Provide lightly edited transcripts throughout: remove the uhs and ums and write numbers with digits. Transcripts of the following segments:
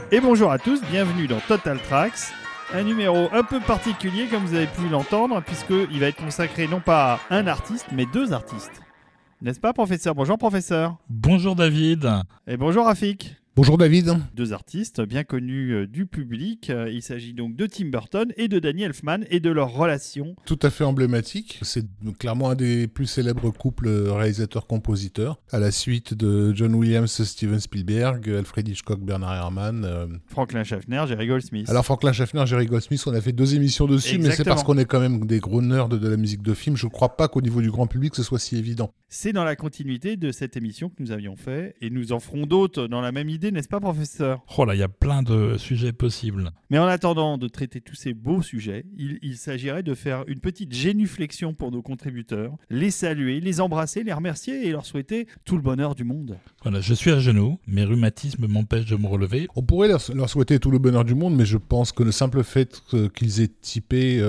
Et bonjour à tous, bienvenue dans Total Tracks, un numéro un peu particulier comme vous avez pu l'entendre, puisqu'il va être consacré non pas à un artiste, mais deux artistes. N'est-ce pas, professeur ? Bonjour, professeur. Bonjour David. Et bonjour, Rafik. Bonjour David. Deux artistes bien connus du public. Il s'agit donc de Tim Burton et de Danny Elfman et de leur relation. Tout à fait emblématique. C'est clairement un des plus célèbres couples réalisateurs-compositeurs, à la suite de John Williams, Steven Spielberg, Alfred Hitchcock, Bernard Herrmann. Franklin Schaffner, Jerry Goldsmith. Alors Franklin Schaffner, Jerry Goldsmith, on a fait 2 émissions dessus, Exactement. Mais c'est parce qu'on est quand même des gros nerds de la musique de film. Je ne crois pas qu'au niveau du grand public, ce soit si évident. C'est dans la continuité de cette émission que nous avions fait, et nous en ferons d'autres dans la même idée, n'est-ce pas, professeur ? Oh là, il y a plein de sujets possibles. Mais en attendant de traiter tous ces beaux sujets, il s'agirait de faire une petite génuflexion pour nos contributeurs, les saluer, les embrasser, les remercier et leur souhaiter tout le bonheur du monde. Voilà, je suis à genoux, mes rhumatismes m'empêchent de me relever. On pourrait leur souhaiter tout le bonheur du monde, mais je pense que le simple fait qu'ils aient typé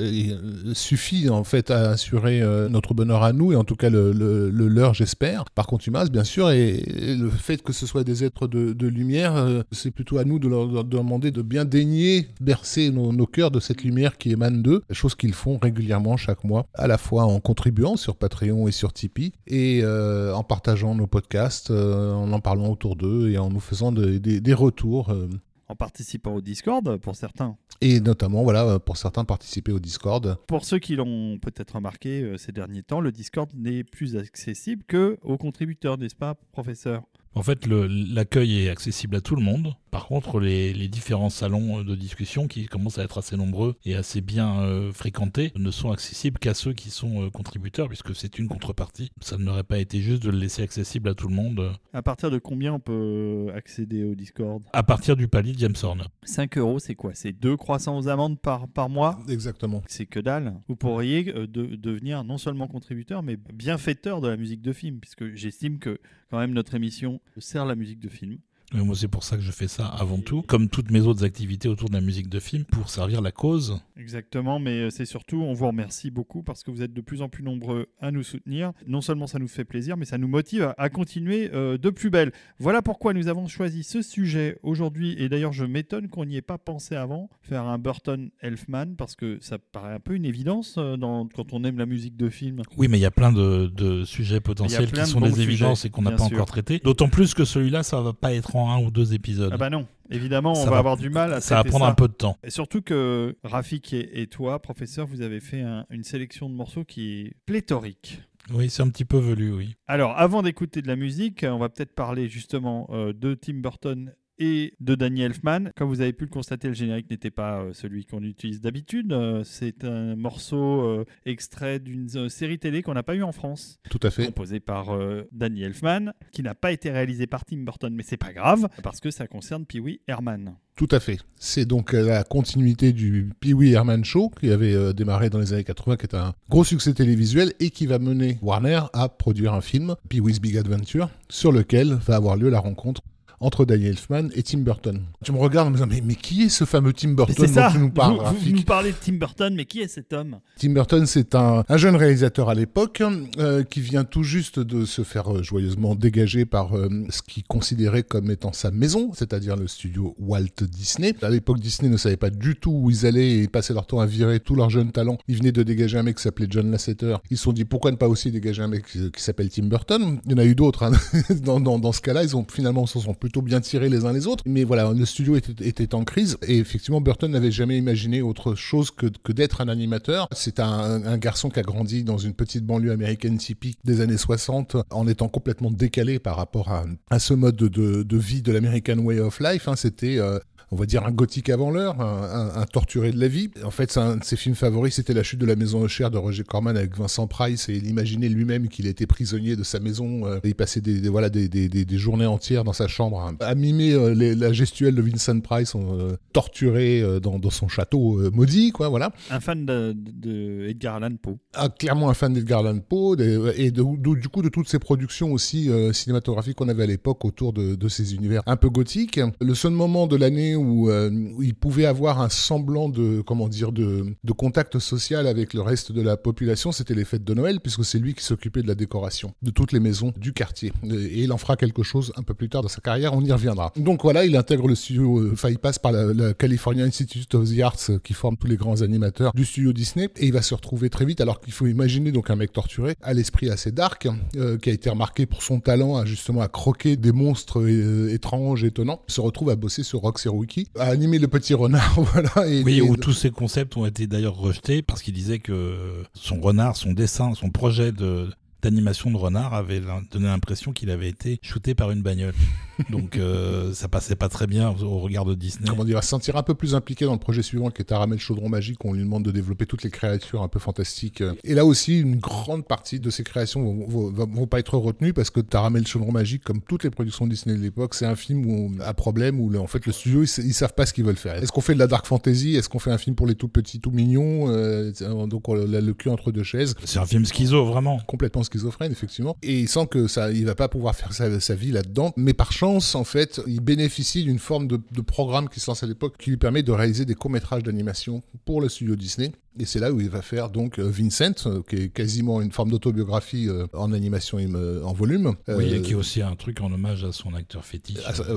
suffit en fait à assurer notre bonheur à nous, et en tout cas le leur, j'espère. Par contumace, bien sûr, et le fait que ce soit des êtres de lumière, c'est plutôt à nous de leur demander de bien daigner bercer nos cœurs de cette lumière qui émane d'eux, chose qu'ils font régulièrement chaque mois, à la fois en contribuant sur Patreon et sur Tipeee, et en partageant nos podcasts, en parlant autour d'eux et en nous faisant des retours. En participant au Discord, pour certains. Et notamment, voilà, pour certains, participer au Discord. Pour ceux qui l'ont peut-être remarqué ces derniers temps, le Discord n'est plus accessible qu'aux contributeurs, n'est-ce pas, professeur ? En fait, l'accueil est accessible à tout le monde. Par contre, les différents salons de discussion, qui commencent à être assez nombreux et assez bien fréquentés, ne sont accessibles qu'à ceux qui sont contributeurs, puisque c'est une contrepartie. Ça n'aurait pas été juste de le laisser accessible à tout le monde. À partir de combien on peut accéder au Discord ? À partir du palier de James Horner. 5 €, c'est quoi ? C'est 2 croissants aux amandes par mois ? Exactement. C'est que dalle. Vous pourriez devenir non seulement contributeur, mais bienfaiteur de la musique de film, puisque j'estime que quand même notre émission sert la musique de film. Moi, c'est pour ça que je fais ça avant tout, comme toutes mes autres activités autour de la musique de film, pour servir la cause. Exactement, mais c'est surtout, on vous remercie beaucoup parce que vous êtes de plus en plus nombreux à nous soutenir. Non seulement ça nous fait plaisir, mais ça nous motive à continuer de plus belle. Voilà pourquoi nous avons choisi ce sujet aujourd'hui, et d'ailleurs je m'étonne qu'on n'y ait pas pensé avant, faire un Burton-Elfman, parce que ça paraît un peu une évidence quand on aime la musique de film. Oui, mais il y a plein de sujets potentiels qui sont des évidences et qu'on n'a pas encore traités. D'autant plus que celui-là, ça va pas être en 1 ou 2 épisodes. Ah bah non, évidemment, on va avoir du mal à traiter ça. Ça va prendre un peu de temps. Et surtout que Rafik et toi, professeur, vous avez fait une sélection de morceaux qui est pléthorique. Oui, c'est un petit peu velu, oui. Alors, avant d'écouter de la musique, on va peut-être parler justement de Tim Burton et de Danny Elfman. Comme vous avez pu le constater, le générique n'était pas celui qu'on utilise d'habitude. C'est un morceau extrait d'une série télé qu'on n'a pas eu en France. Tout à fait. Composé par Danny Elfman, qui n'a pas été réalisé par Tim Burton, mais c'est pas grave, parce que ça concerne Pee-wee Herman. Tout à fait. C'est donc la continuité du Pee-wee Herman Show qui avait démarré dans les années 80, qui est un gros succès télévisuel et qui va mener Warner à produire un film, Pee-wee's Big Adventure, sur lequel va avoir lieu la rencontre entre Danny Elfman et Tim Burton. Tu me regardes en me disant, mais qui est ce fameux Tim Burton dont tu nous parles, Rafik ? Vous nous parlez de Tim Burton, mais qui est cet homme ? Tim Burton, c'est un jeune réalisateur à l'époque qui vient tout juste de se faire joyeusement dégager par ce qu'il considérait comme étant sa maison, c'est-à-dire le studio Walt Disney. À l'époque, Disney ne savait pas du tout où ils allaient et passaient leur temps à virer tous leurs jeunes talents. Ils venaient de dégager un mec qui s'appelait John Lasseter. Ils se sont dit, pourquoi ne pas aussi dégager un mec qui s'appelle Tim Burton ? Il y en a eu d'autres. Hein. dans ce cas-là, ils ont finalement se sont plutôt bien tirés les uns les autres. Mais voilà, le studio était en crise et effectivement, Burton n'avait jamais imaginé autre chose que d'être un animateur. C'est un garçon qui a grandi dans une petite banlieue américaine typique des années 60 en étant complètement décalé par rapport à ce mode de vie de l'American Way of Life. Hein. C'était on va dire un gothique avant l'heure, un torturé de la vie. En fait, un de ses films favoris, c'était La chute de la maison Usher de Roger Corman avec Vincent Price, et il imaginait lui-même qu'il était prisonnier de sa maison. Et il passait des journées entières dans sa chambre à mimer la gestuelle de Vincent Price, torturé dans son château maudit, quoi, voilà. Un fan de Edgar Allan Poe. Ah, clairement un fan d'Edgar Allan Poe, et du coup de toutes ces productions aussi cinématographiques qu'on avait à l'époque autour de ces univers un peu gothiques. Le seul moment de l'année où il pouvait avoir un semblant de contact social avec le reste de la population, c'était les fêtes de Noël, puisque c'est lui qui s'occupait de la décoration de toutes les maisons du quartier. Et il en fera quelque chose un peu plus tard dans sa carrière, on y reviendra. Donc voilà, il intègre le studio, il passe par la California Institute of the Arts qui forme tous les grands animateurs du studio Disney, et il va se retrouver très vite, alors qu'il faut imaginer donc un mec torturé, à l'esprit assez dark, qui a été remarqué pour son talent justement à croquer des monstres étranges, étonnants, se retrouve à bosser sur Roxy Wiki, à animer le petit renard, voilà. Où tous ces concepts ont été d'ailleurs rejetés parce qu'il disait que son renard, son dessin, son projet d'animation de renard avait donné l'impression qu'il avait été shooté par une bagnole. Donc ça passait pas très bien au regard de Disney. Comment dire, il va se sentir un peu plus impliqué dans le projet suivant qui est Taramel Chaudron Magique. On lui demande de développer toutes les créatures un peu fantastiques. Et là aussi, une grande partie de ces créations vont pas être retenues parce que Taramel Chaudron Magique, comme toutes les productions Disney de l'époque, c'est un film à problème où en fait le studio ils savent pas ce qu'ils veulent faire. Est-ce qu'on fait de la dark fantasy? Est-ce qu'on fait un film pour les tout petits, tout mignons? Donc on a le cul entre deux chaises. C'est un film schizo, vraiment. Complètement schizophrène, effectivement. Et il sent que il va pas pouvoir faire sa vie là-dedans. Mais par chance, en fait, il bénéficie d'une forme de programme qui se lance à l'époque qui lui permet de réaliser des courts-métrages d'animation pour le studio Disney. Et c'est là où il va faire donc Vincent, qui est quasiment une forme d'autobiographie en animation en volume. Oui, et qui est aussi un truc en hommage à son acteur fétiche,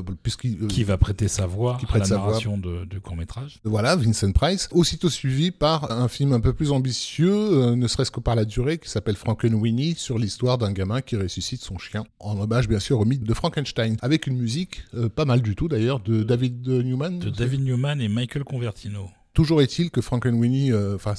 qui va prêter sa voix à la narration de court-métrage. Voilà, Vincent Price. Aussitôt suivi par un film un peu plus ambitieux, ne serait-ce que par la durée, qui s'appelle Frankenweenie, sur l'histoire d'un gamin qui ressuscite son chien. En hommage, bien sûr, au mythe de Frankenstein. Avec une musique, pas mal du tout d'ailleurs, de David Newman. De David Newman et Michael Convertino. Toujours est-il que Frankenweenie,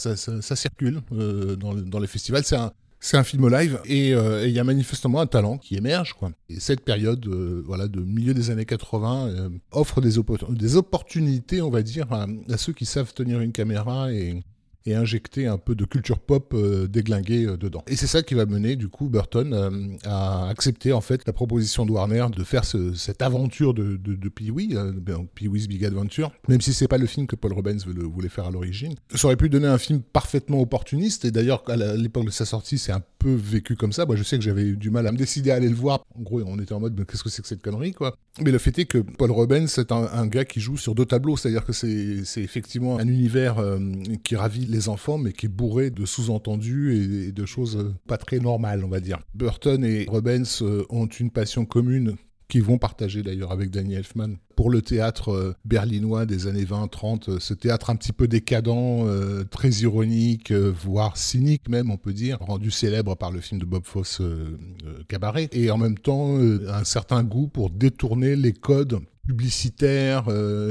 ça circule dans les festivals. C'est un film live et il y a manifestement un talent qui émerge, quoi. Et cette période, de milieu des années 80, offre des opportunités, on va dire, à ceux qui savent tenir une caméra et injecter un peu de culture pop déglinguée dedans. Et c'est ça qui va mener, du coup, Burton à accepter, en fait, la proposition de Warner de faire cette aventure de Pee-wee, Pee-wee's Big Adventure, même si c'est pas le film que Paul Rubens voulait faire à l'origine. Ça aurait pu donner un film parfaitement opportuniste, et d'ailleurs, à l'époque de sa sortie, c'est un peu vécu comme ça. Moi, je sais que j'avais eu du mal à me décider à aller le voir. En gros, on était en mode, mais qu'est-ce que c'est que cette connerie, quoi. Mais le fait est que Paul Rubens, c'est un gars qui joue sur deux tableaux, c'est-à-dire que c'est effectivement un univers qui ravit les enfants, mais qui est bourré de sous-entendus et de choses pas très normales, on va dire. Burton et Rubens ont une passion commune qu'ils vont partager d'ailleurs avec Danny Elfman pour le théâtre berlinois des années 20-30, ce théâtre un petit peu décadent, très ironique, voire cynique même, on peut dire, rendu célèbre par le film de Bob Fosse, Cabaret, et en même temps un certain goût pour détourner les codes publicitaires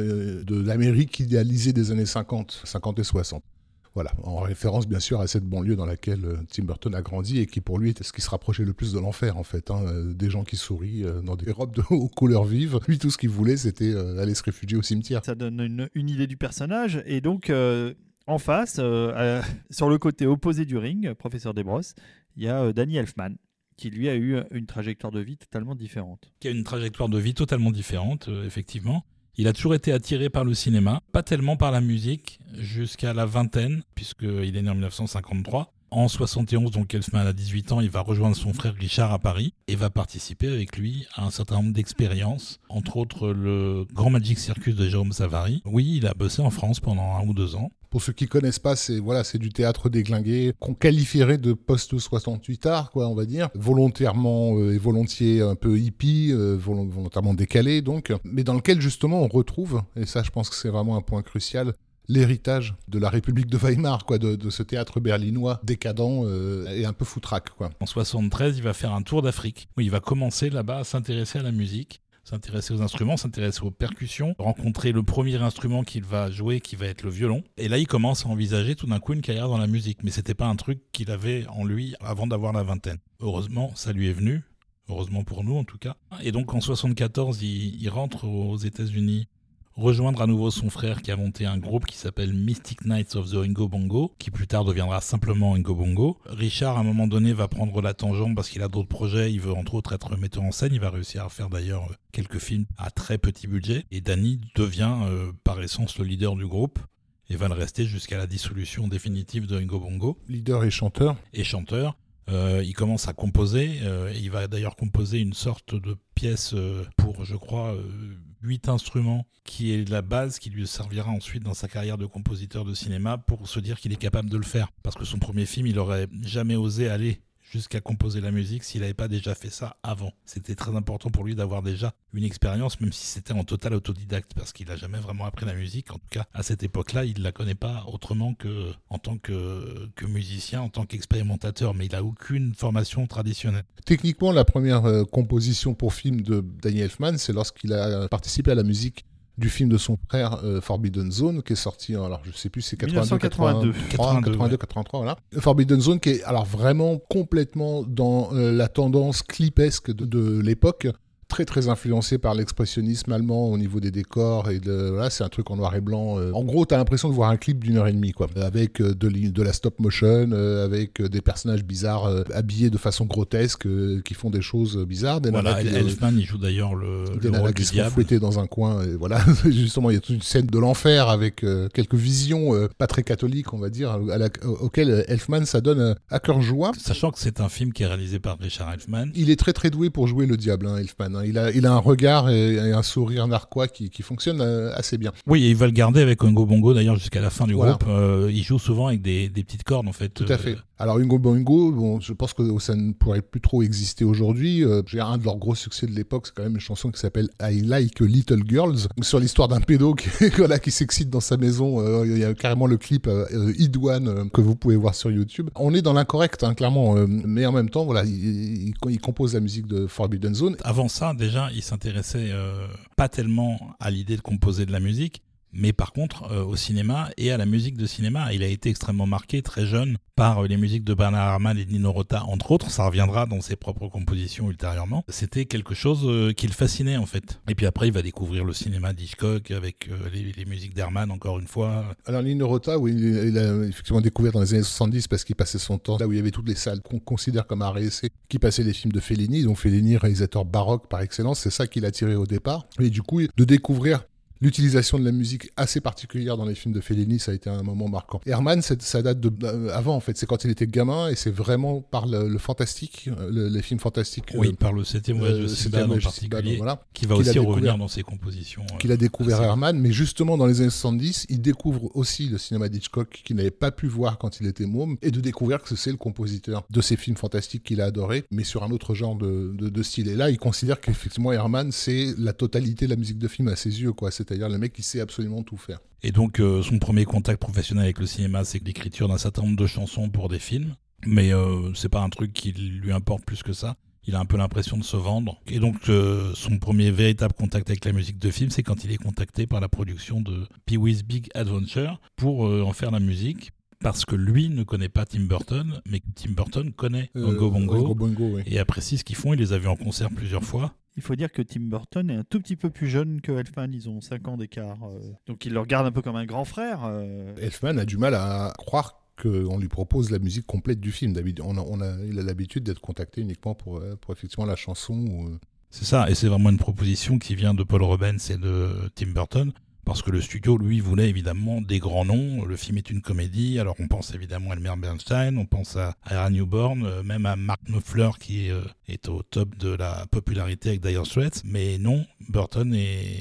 de l'Amérique idéalisée des années 50 et 60. Voilà, en référence bien sûr à cette banlieue dans laquelle Tim Burton a grandi et qui pour lui était ce qui se rapprochait le plus de l'enfer en fait. Des gens qui sourient dans des robes aux couleurs vives. Lui, tout ce qu'il voulait, c'était aller se réfugier au cimetière. Ça donne une idée du personnage. Et donc, en face, sur le côté opposé du ring, professeur Desbrosses, il y a Danny Elfman, qui lui a eu une trajectoire de vie totalement différente. Qui a une trajectoire de vie totalement différente, effectivement. Il a toujours été attiré par le cinéma, pas tellement par la musique, jusqu'à la vingtaine, puisqu'il est né en 1953. En 71, donc Elfman a 18 ans, il va rejoindre son frère Richard à Paris et va participer avec lui à un certain nombre d'expériences, entre autres le Grand Magic Circus de Jérôme Savary. Oui, il a bossé en France pendant 1 ou 2 ans. Pour ceux qui connaissent pas, c'est du théâtre déglingué qu'on qualifierait de post-68 art, quoi, on va dire, volontairement et volontiers un peu hippie, volontairement décalé donc, mais dans lequel justement on retrouve, et ça je pense que c'est vraiment un point crucial, l'héritage de la République de Weimar, quoi, de ce théâtre berlinois décadent et un peu foutraque, quoi. En 73, il va faire un tour d'Afrique où il va commencer là-bas à s'intéresser à la musique, s'intéresser aux instruments, s'intéresser aux percussions, rencontrer le premier instrument qu'il va jouer, qui va être le violon. Et là, il commence à envisager tout d'un coup une carrière dans la musique. Mais c'était pas un truc qu'il avait en lui avant d'avoir la vingtaine. Heureusement, ça lui est venu. Heureusement pour nous, en tout cas. Et donc, en 74, il rentre aux États-Unis rejoindre à nouveau son frère qui a monté un groupe qui s'appelle Mystic Knights of the Oingo Boingo, qui plus tard deviendra simplement Oingo Boingo. Richard, à un moment donné, va prendre la tangente parce qu'il a d'autres projets. Il veut entre autres être metteur en scène. Il va réussir à faire d'ailleurs quelques films à très petit budget. Et Danny devient par essence le leader du groupe et va le rester jusqu'à la dissolution définitive de Oingo Boingo. Leader et chanteur. Il commence à composer. Il va d'ailleurs composer une sorte de pièce pour, je crois, 8 instruments, qui est la base qui lui servira ensuite dans sa carrière de compositeur de cinéma pour se dire qu'il est capable de le faire. Parce que son premier film, il aurait jamais osé aller jusqu'à composer la musique s'il n'avait pas déjà fait ça avant. C'était très important pour lui d'avoir déjà une expérience, même si c'était en total autodidacte, parce qu'il n'a jamais vraiment appris la musique. En tout cas, à cette époque-là, il ne la connaît pas autrement qu'en tant que musicien, en tant qu'expérimentateur, mais il n'a aucune formation traditionnelle. Techniquement, la première composition pour film de Danny Elfman, c'est lorsqu'il a participé à la musique du film de son frère Forbidden Zone, qui est sorti, alors je sais plus, c'est 1982. 83, voilà. Forbidden Zone qui est alors vraiment complètement dans la tendance clipesque de l'époque, très très influencé par l'expressionnisme allemand au niveau des décors et voilà, c'est un truc en noir et blanc. En gros, t'as l'impression de voir un clip d'1h30 quoi, avec de la stop motion, avec des personnages bizarres habillés de façon grotesque, qui font des choses bizarres. Voilà, Elfman il joue d'ailleurs le rôle du diable. Fouettés dans un coin, et voilà. Justement, il y a toute une scène de l'enfer avec quelques visions pas très catholiques, on va dire, auxquelles Elfman s'adonne à cœur joie. Sachant que c'est un film qui est réalisé par Richard Elfman. Il est très très doué pour jouer le diable, hein, Elfman. Il a un regard et un sourire narquois qui fonctionne assez bien. Oui, et il va le garder avec Oingo Boingo d'ailleurs jusqu'à la fin du groupe. Il joue souvent avec des petites cordes en fait. Tout à fait. Alors Oingo Boingo, bon, je pense que ça ne pourrait plus trop exister aujourd'hui. Un de leurs gros succès de l'époque, c'est quand même une chanson qui s'appelle I Like Little Girls, sur l'histoire d'un pédo qui s'excite dans sa maison. Il y a carrément le clip Idouane que vous pouvez voir sur YouTube. On est dans l'incorrect, hein, clairement, mais en même temps, voilà, il compose la musique de Forbidden Zone. Avant ça, déjà, il s'intéressait pas tellement à l'idée de composer de la musique, mais par contre au cinéma et à la musique de cinéma. Il a été extrêmement marqué très jeune par les musiques de Bernard Herrmann et de Nino Rota, entre autres. Ça reviendra dans ses propres compositions ultérieurement. C'était quelque chose qui le fascinait en fait. Et puis après, il va découvrir le cinéma d'Hitchcock avec les musiques d'Herrmann, encore une fois. Alors Nino Rota, oui, il a effectivement découvert dans les années 70 parce qu'il passait son temps là où il y avait toutes les salles qu'on considère comme art et essai qui passaient les films de Fellini. Donc Fellini, réalisateur baroque par excellence, c'est ça qui l'a attiré au départ. Et du coup, de découvrir l'utilisation de la musique assez particulière dans les films de Fellini, ça a été un moment marquant. Herrmann, ça date avant en fait, c'est quand il était gamin et c'est vraiment par le fantastique, les films fantastiques. Oui, par le 7e voyage de Sinbad en particulier, voilà, qui va aussi revenir dans ses compositions. Qu'il a découvert Herrmann, mais justement dans les années 70, il découvre aussi le cinéma d'Hitchcock qu'il n'avait pas pu voir quand il était môme, et de découvrir que c'est le compositeur de ces films fantastiques qu'il a adoré, mais sur un autre genre de style. Et là, il considère qu'effectivement Herrmann, c'est la totalité de la musique de film à ses yeux, quoi. C'est-à-dire le mec qui sait absolument tout faire. Et donc son premier contact professionnel avec le cinéma, c'est l'écriture d'un certain nombre de chansons pour des films, mais c'est pas un truc qui lui importe plus que ça. Il a un peu l'impression de se vendre. Et donc son premier véritable contact avec la musique de film, c'est quand il est contacté par la production de Pee-wee's Big Adventure pour en faire la musique. Parce que lui ne connaît pas Tim Burton, mais que Tim Burton connaît Oingo Boingo, oui. Et apprécie ce qu'ils font. Il les a vus en concert plusieurs fois. Il faut dire que Tim Burton est un tout petit peu plus jeune que Elfman, ils ont 5 ans d'écart. Donc il le regarde un peu comme un grand frère. Elfman a du mal à croire qu'on lui propose la musique complète du film. Il a l'habitude d'être contacté uniquement pour effectivement la chanson. C'est ça, et c'est vraiment une proposition qui vient de Paul Rubens et de Tim Burton. Parce que le studio, lui, voulait évidemment des grands noms. Le film est une comédie, alors on pense évidemment à Elmer Bernstein, on pense à Ira Newborn, même à Mark Knopfler qui est au top de la popularité avec Dire Straits. Mais non, Burton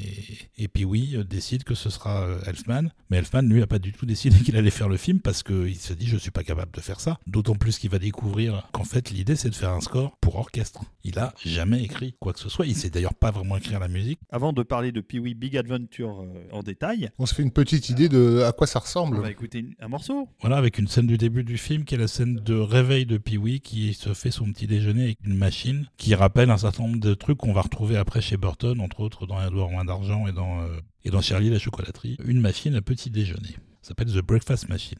et Pee-wee décident que ce sera Elfman. Mais Elfman, lui, n'a pas du tout décidé qu'il allait faire le film parce qu'il se dit « je suis pas capable de faire ça ». D'autant plus qu'il va découvrir qu'en fait, l'idée, c'est de faire un score pour orchestre. Il a jamais écrit quoi que ce soit. Il sait d'ailleurs pas vraiment écrire la musique. Avant de parler de Pee-wee Big Adventure en détail, on se fait une petite idée de à quoi ça ressemble. On va écouter un morceau. Voilà, avec une scène du début du film qui est la scène de réveil de Pee-wee qui se fait son petit déjeuner avec une machine qui rappelle un certain nombre de trucs qu'on va retrouver après chez Burton, entre autres dans Edouard Main d'Argent et dans Charlie la chocolaterie. Une machine à petit déjeuner. Ça s'appelle The Breakfast Machine.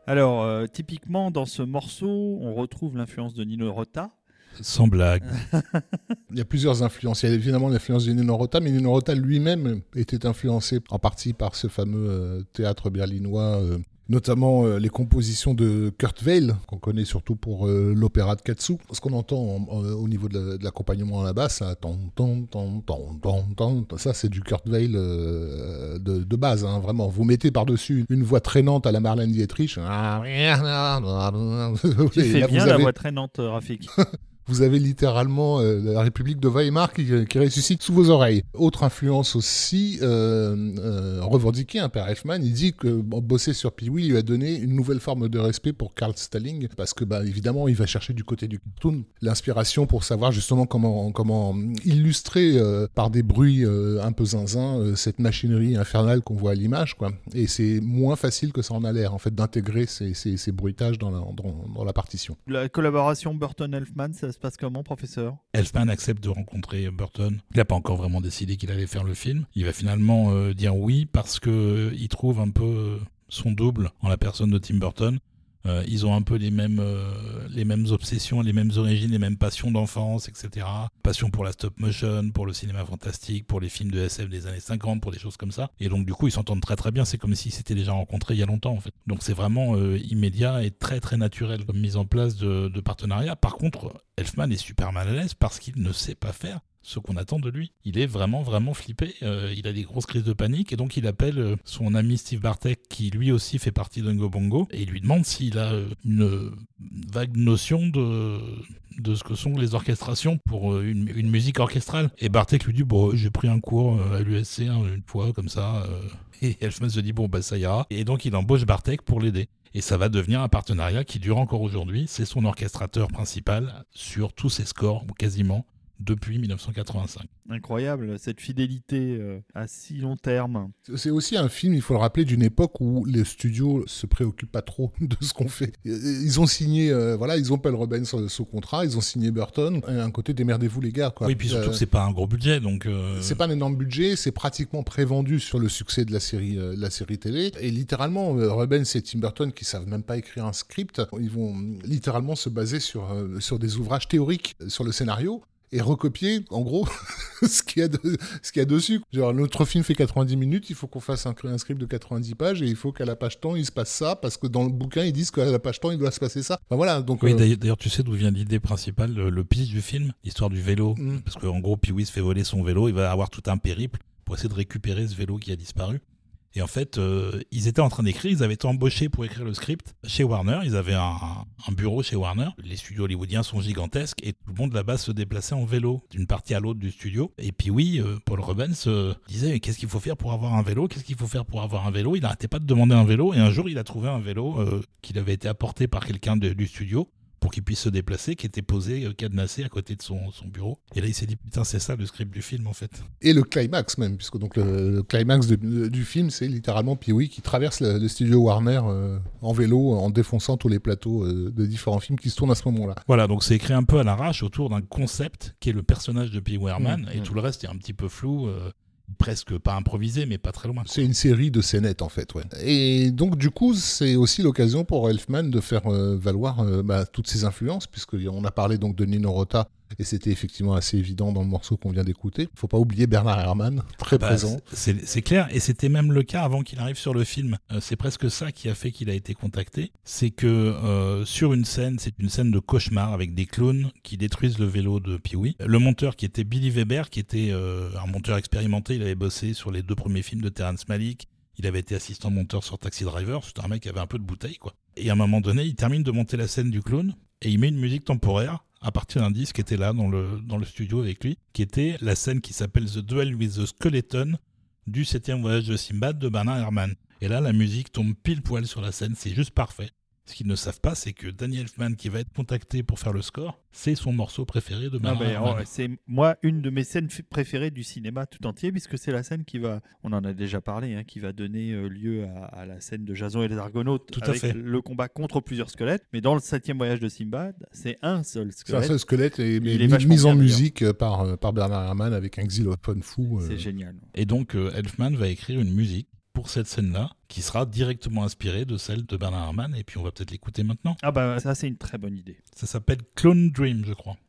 Alors, typiquement, dans ce morceau, on retrouve l'influence de Nino Rota. Sans blague. Il y a plusieurs influences. Il y a évidemment l'influence de Nino Rota, mais Nino Rota lui-même était influencé en partie par ce fameux théâtre berlinois, notamment les compositions de Kurt Weill, qu'on connaît surtout pour l'opéra de Katsu. Ce qu'on entend au niveau de l'accompagnement à la basse, là, ça c'est du Kurt Weill de base, hein, vraiment. Vous mettez par-dessus une voix traînante à la Marlène Dietrich. Tu fais bien la voix traînante, Rafik. Vous avez littéralement la République de Weimar qui ressuscite sous vos oreilles. Autre influence aussi revendiquée par Elfman, il dit que bosser sur Pee-wee lui a donné une nouvelle forme de respect pour Carl Stalling, parce que évidemment il va chercher du côté du cartoon l'inspiration pour savoir justement comment illustrer par des bruits un peu zinzin cette machinerie infernale qu'on voit à l'image, quoi. Et c'est moins facile que ça en a l'air en fait d'intégrer ces bruitages dans la partition. La collaboration Burton-Elfman, ça se passe comment, professeur ? Elfman accepte de rencontrer Burton. Il n'a pas encore vraiment décidé qu'il allait faire le film. Il va finalement dire oui parce qu'il trouve un peu son double en la personne de Tim Burton. Ils ont un peu les mêmes obsessions, les mêmes origines, les mêmes passions d'enfance, etc. Passion pour la stop motion, pour le cinéma fantastique, pour les films de SF des années 50, pour des choses comme ça. Et donc du coup, ils s'entendent très très bien. C'est comme s'ils s'étaient déjà rencontrés il y a longtemps en fait. Donc c'est vraiment immédiat et très très naturel comme mise en place de partenariat. Par contre, Elfman est super mal à l'aise parce qu'il ne sait pas faire ce qu'on attend de lui. Il est vraiment vraiment flippé, il a des grosses crises de panique et donc il appelle son ami Steve Bartek qui lui aussi fait partie d'Oingo Boingo et il lui demande s'il a une vague notion de ce que sont les orchestrations pour une musique orchestrale. Et Bartek lui dit bon, j'ai pris un cours à l'USC une fois comme ça et Elfman se dit bon bah ça ira et donc il embauche Bartek pour l'aider. Et ça va devenir un partenariat qui dure encore aujourd'hui. C'est son orchestrateur principal sur tous ses scores, ou quasiment, depuis 1985. Incroyable, cette fidélité à si long terme. C'est aussi un film, il faut le rappeler, d'une époque où les studios se préoccupent pas trop de ce qu'on fait. Ils ont signé, ils ont Paul Rubens sous contrat, ils ont signé Burton. Un côté, démerdez-vous les gars, quoi. Oui, puis surtout que c'est pas un gros budget, donc. C'est pas un énorme budget, c'est pratiquement prévendu sur le succès de la série télé. Et littéralement, Rubens et Tim Burton, qui savent même pas écrire un script, ils vont littéralement se baser sur des ouvrages théoriques sur le scénario. Et recopier, en gros, ce qu'il y a dessus. Genre, notre film fait 90 minutes, il faut qu'on fasse un script de 90 pages, et il faut qu'à la page temps, il se passe ça, parce que dans le bouquin, ils disent qu'à la page temps, il doit se passer ça. Enfin, voilà, donc... Oui, d'ailleurs, tu sais d'où vient l'idée principale, le pitch du film, l'histoire du vélo. Parce qu'en gros, Pee-wee se fait voler son vélo, il va avoir tout un périple pour essayer de récupérer ce vélo qui a disparu. Et en fait, ils étaient en train d'écrire, ils avaient été embauchés pour écrire le script chez Warner, ils avaient un bureau chez Warner, les studios hollywoodiens sont gigantesques et tout le monde là-bas se déplaçait en vélo d'une partie à l'autre du studio. Et puis oui, Paul Rubens disait mais qu'est-ce qu'il faut faire pour avoir un vélo ? Qu'est-ce qu'il faut faire pour avoir un vélo ? Il n'arrêtait pas de demander un vélo et un jour il a trouvé un vélo qu'il avait été apporté par quelqu'un du studio pour qu'il puisse se déplacer, qui était posé, cadenassé à côté de son bureau. Et là, il s'est dit, putain, c'est ça le script du film, en fait. Et le climax, même, puisque donc le climax du film, c'est littéralement Pee-wee qui traverse le studio Warner en vélo, en défonçant tous les plateaux de différents films qui se tournent à ce moment-là. Voilà, donc c'est écrit un peu à l'arrache autour d'un concept qui est le personnage de Pee-wee Herman, et tout le reste est un petit peu flou, presque pas improvisé, mais pas très loin. C'est une série de scénettes, en fait, ouais. Et donc, du coup, c'est aussi l'occasion pour Elfman de faire valoir toutes ses influences, puisqu'on a parlé donc de Nino Rota, et c'était effectivement assez évident dans le morceau qu'on vient d'écouter. Faut pas oublier Bernard Herrmann, très présent. C'est clair, et c'était même le cas avant qu'il arrive sur le film. C'est presque ça qui a fait qu'il a été contacté. C'est que sur une scène, c'est une scène de cauchemar avec des clowns qui détruisent le vélo de Pee-wee. Le monteur qui était Billy Weber, qui était un monteur expérimenté, il avait bossé sur les 2 premiers films de Terrence Malick. Il avait été assistant monteur sur Taxi Driver. C'était un mec qui avait un peu de bouteille, quoi. Et à un moment donné, il termine de monter la scène du clown et il met une musique temporaire à partir d'un disque qui était là dans le studio avec lui, qui était la scène qui s'appelle The Duel with the Skeleton du 7e voyage de Simbad de Bernard Herrmann. Et là, la musique tombe pile poil sur la scène, c'est juste parfait. Ce qu'ils ne savent pas, c'est que Danny Elfman, qui va être contacté pour faire le score, c'est son morceau préféré de Bernard Herrmann. C'est moi une de mes scènes préférées du cinéma tout entier, puisque c'est la scène qui va, on en a déjà parlé, qui va donner lieu à la scène de Jason et les Argonautes, tout avec à fait. le combat contre plusieurs squelettes. Mais dans le 7e voyage de Simbad, c'est un seul squelette. C'est un seul squelette et est mis en bien, musique par Bernard Herrmann avec un xylophone fou. C'est génial. Et donc Elfman va écrire une musique pour cette scène-là, qui sera directement inspirée de celle de Bernard Herrmann, et puis on va peut-être l'écouter maintenant. Ah bah ça c'est une très bonne idée. Ça s'appelle Clone Dream, je crois.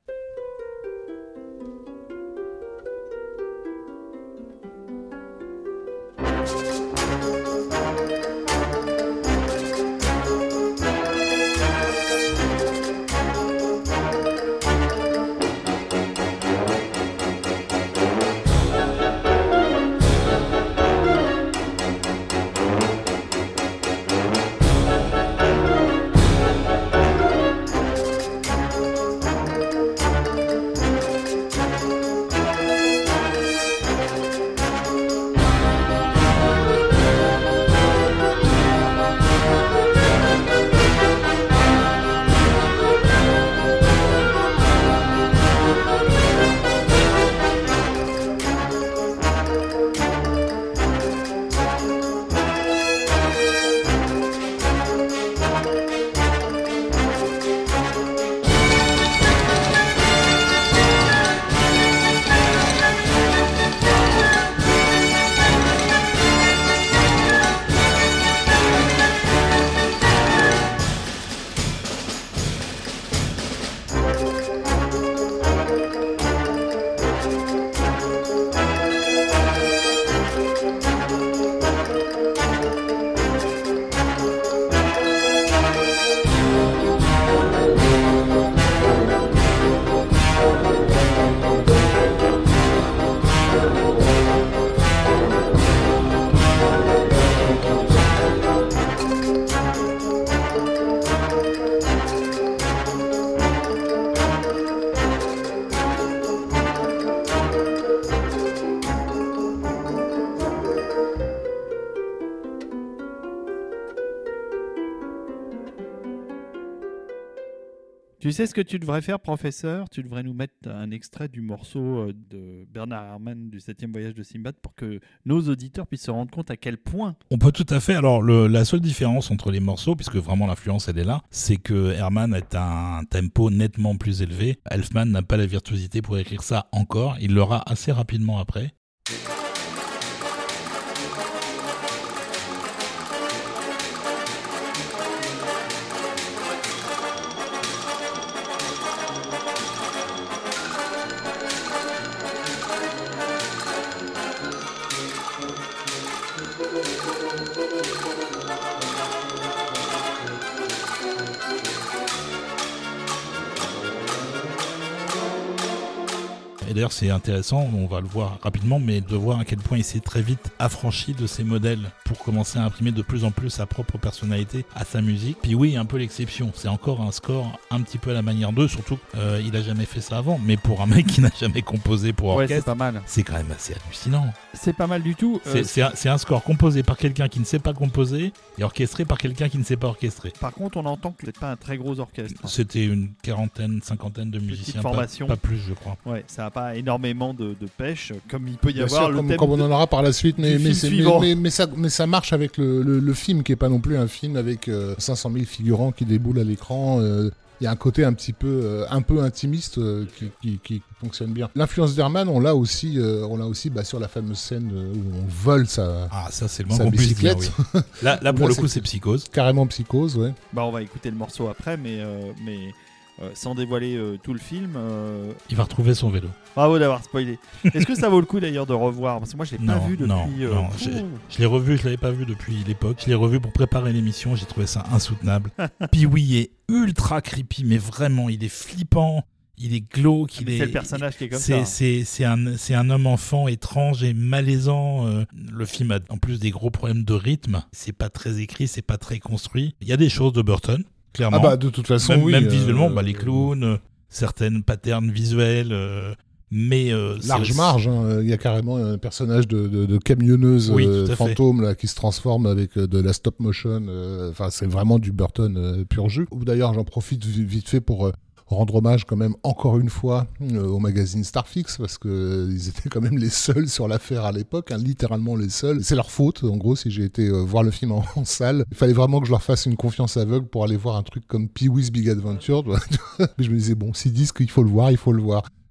Tu sais ce que tu devrais faire, professeur? Tu devrais nous mettre un extrait du morceau de Bernard Herrmann du 7e voyage de Simbad pour que nos auditeurs puissent se rendre compte à quel point... On peut tout à fait. Alors, la seule différence entre les morceaux, puisque vraiment l'influence, elle est là, c'est que Herrmann est à un tempo nettement plus élevé. Elfman n'a pas la virtuosité pour écrire ça encore. Il l'aura assez rapidement après. Et d'ailleurs, c'est intéressant, on va le voir rapidement, mais de voir à quel point il s'est très vite affranchi de ses modèles pour commencer à imprimer de plus en plus sa propre personnalité à sa musique. Puis oui, un peu l'exception, c'est encore un score un petit peu à la manière d'eux, surtout il a jamais fait ça avant, mais pour un mec qui n'a jamais composé pour orchestre, c'est pas mal. C'est quand même assez hallucinant. C'est pas mal du tout. C'est un score composé par quelqu'un qui ne sait pas composer et orchestré par quelqu'un qui ne sait pas orchestrer. Par contre, on entend que c'est pas un très gros orchestre. C'était une quarantaine, cinquantaine de musiciens, pas plus, je crois. Ouais, ça n'a pas énormément de pêche, comme il peut y Bien avoir sûr, le thème comme on en aura par la suite, mais ça ça marche avec le film qui est pas non plus un film avec 500 000 figurants qui déboulent à l'écran. Il y a un côté un peu intimiste qui fonctionne bien. L'influence d'Herrmann, on l'a aussi sur la fameuse scène où on vole sa ça c'est le moment qu'on puisse dire, oui. Là pour le coup c'est Psychose. Carrément Psychose, ouais. Bah on va écouter le morceau après, mais sans dévoiler tout le film. Il va retrouver son vélo. Bravo d'avoir spoilé. Est-ce que ça vaut le coup d'ailleurs de revoir? Parce que moi je l'ai pas vu depuis... Non, je l'ai revu, je l'avais pas vu depuis l'époque. Je l'ai revu pour préparer l'émission, j'ai trouvé ça insoutenable. Pee-wee est ultra creepy, mais vraiment, il est flippant, il est glauque. C'est le personnage qui est comme ça. C'est un homme enfant étrange et malaisant. Le film a en plus des gros problèmes de rythme. C'est pas très écrit, c'est pas très construit. Il y a des choses de Burton. Clairement. Ah bah de toute façon, même visuellement, les clowns, certaines patterns visuels, mais large marge. Il y a carrément un personnage de camionneuse fantôme là qui se transforme avec de la stop motion. Enfin, c'est vraiment du Burton pur jus. D'ailleurs, j'en profite vite fait pour rendre hommage quand même encore une fois au magazine Starfix parce que ils étaient quand même les seuls sur l'affaire à l'époque, littéralement les seuls. C'est leur faute en gros si j'ai été voir le film en salle. Il fallait vraiment que je leur fasse une confiance aveugle pour aller voir un truc comme Pee-wee's Big Adventure. Mais je me disais bon, s'ils disent qu'il faut le voir, il faut le voir.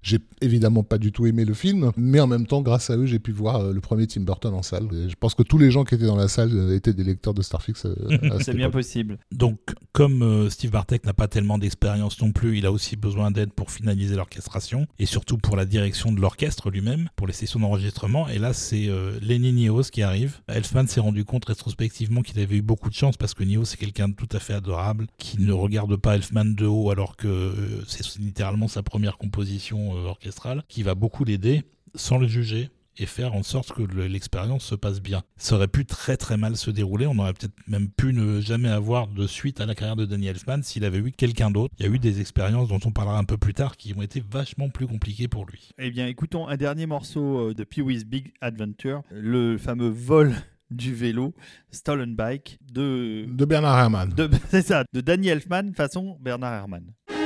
J'ai évidemment pas du tout aimé le film, mais en même temps, grâce à eux, j'ai pu voir le premier Tim Burton en salle. Et je pense que tous les gens qui étaient dans la salle étaient des lecteurs de Starfix. C'est bien possible. Donc, comme Steve Bartek n'a pas tellement d'expérience non plus, il a aussi besoin d'aide pour finaliser l'orchestration et surtout pour la direction de l'orchestre lui-même, pour les sessions d'enregistrement. Et là, c'est Lenny Niehaus qui arrive. Elfman s'est rendu compte rétrospectivement qu'il avait eu beaucoup de chance parce que Niehaus c'est quelqu'un de tout à fait adorable, qui ne regarde pas Elfman de haut alors que c'est littéralement sa première composition orchestrale, qui va beaucoup l'aider sans le juger et faire en sorte que l'expérience se passe bien. Ça aurait pu très très mal se dérouler, on aurait peut-être même pu ne jamais avoir de suite à la carrière de Danny Elfman s'il avait eu quelqu'un d'autre. Il y a eu des expériences dont on parlera un peu plus tard qui ont été vachement plus compliquées pour lui. Eh bien, écoutons un dernier morceau de Pee-wee's Big Adventure, le fameux vol du vélo, Stolen Bike, de Bernard Herrmann. C'est ça, de Danny Elfman façon Bernard Herrmann.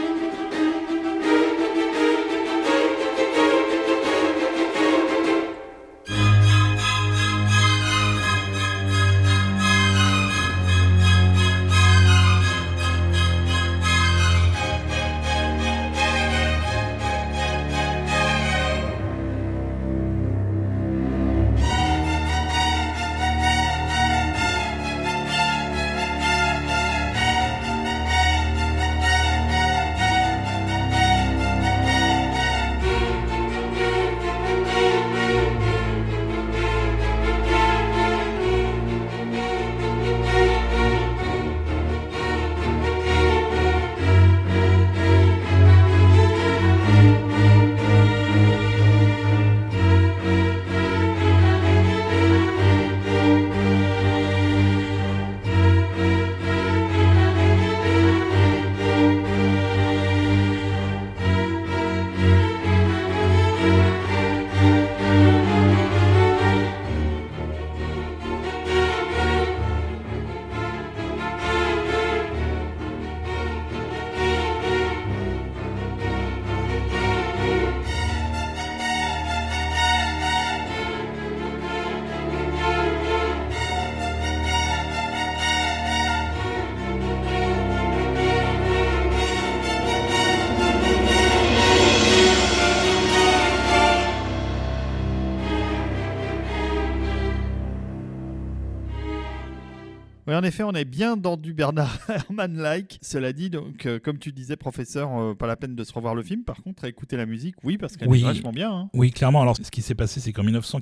Oui, en effet, on est bien dans du Bernard Herrmann-like. Cela dit, donc, comme tu disais, professeur, pas la peine de se revoir le film. Par contre, à écouter la musique, oui, parce qu'elle est vachement bien. Hein. Oui, clairement. Alors, ce qui s'est passé, c'est qu'en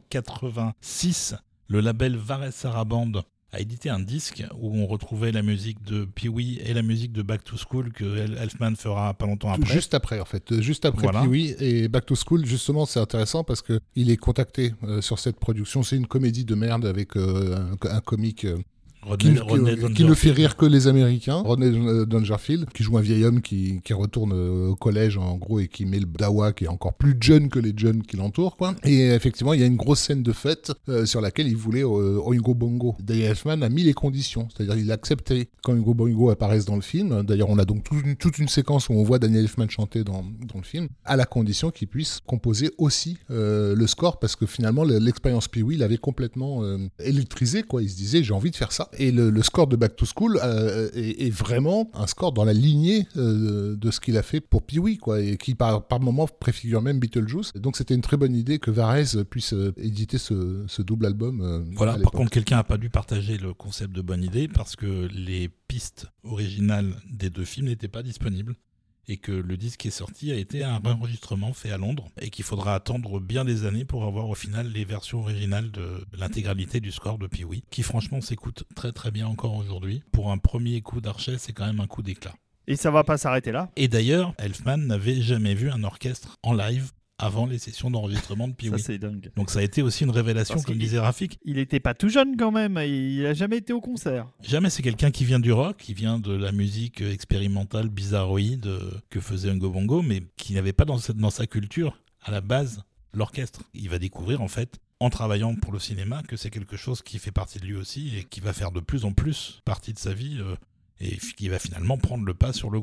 1986, le label Varese Saraband a édité un disque où on retrouvait la musique de Pee-wee et la musique de Back to School que Elfman fera pas longtemps après. Juste après, en fait. Juste après voilà. Pee-wee et Back to School, justement, c'est intéressant parce qu'il est contacté sur cette production. C'est une comédie de merde avec un comique... qui ne fait rire que les Américains, Rodney Dangerfield, qui joue un vieil homme qui retourne au collège en gros et qui met le dawa qui est encore plus jeune que les jeunes qui l'entourent quoi. Et effectivement il y a une grosse scène de fête sur laquelle il voulait Oingo Boingo. Danny Elfman a mis les conditions, c'est-à-dire il a accepté qu'Oingo Boingo apparaisse dans le film. D'ailleurs on a donc toute une séquence où on voit Danny Elfman chanter dans le film, à la condition qu'il puisse composer aussi le score, parce que finalement l'expérience Pee-wee l'avait complètement électrisé quoi. Il se disait j'ai envie de faire ça. Et le score de Back to School est vraiment un score dans la lignée de ce qu'il a fait pour Pee-wee, quoi, et qui par moments préfigure même Beetlejuice. Donc c'était une très bonne idée que Varese puisse éditer ce double album. Voilà, par contre quelqu'un n'a pas dû partager le concept de bonne idée parce que les pistes originales des deux films n'étaient pas disponibles. Et que le disque qui est sorti a été un enregistrement fait à Londres et qu'il faudra attendre bien des années pour avoir au final les versions originales de l'intégralité du score de Pee-wee, qui franchement s'écoute très très bien encore aujourd'hui. Pour un premier coup d'archet, c'est quand même un coup d'éclat. Et ça va pas s'arrêter là. Et d'ailleurs, Elfman n'avait jamais vu un orchestre en live avant les sessions d'enregistrement de Pee-wee. Ça, c'est dingue. Donc ça a été aussi une révélation, comme disait Rafik. Il était pas tout jeune quand même, il a jamais été au concert. Jamais, c'est quelqu'un qui vient du rock, qui vient de la musique expérimentale, bizarroïde que faisait Oingo Boingo, mais qui n'avait pas dans sa culture, à la base, l'orchestre. Il va découvrir en fait, en travaillant pour le cinéma, que c'est quelque chose qui fait partie de lui aussi et qui va faire de plus en plus partie de sa vie et qui va finalement prendre le pas sur le groupe.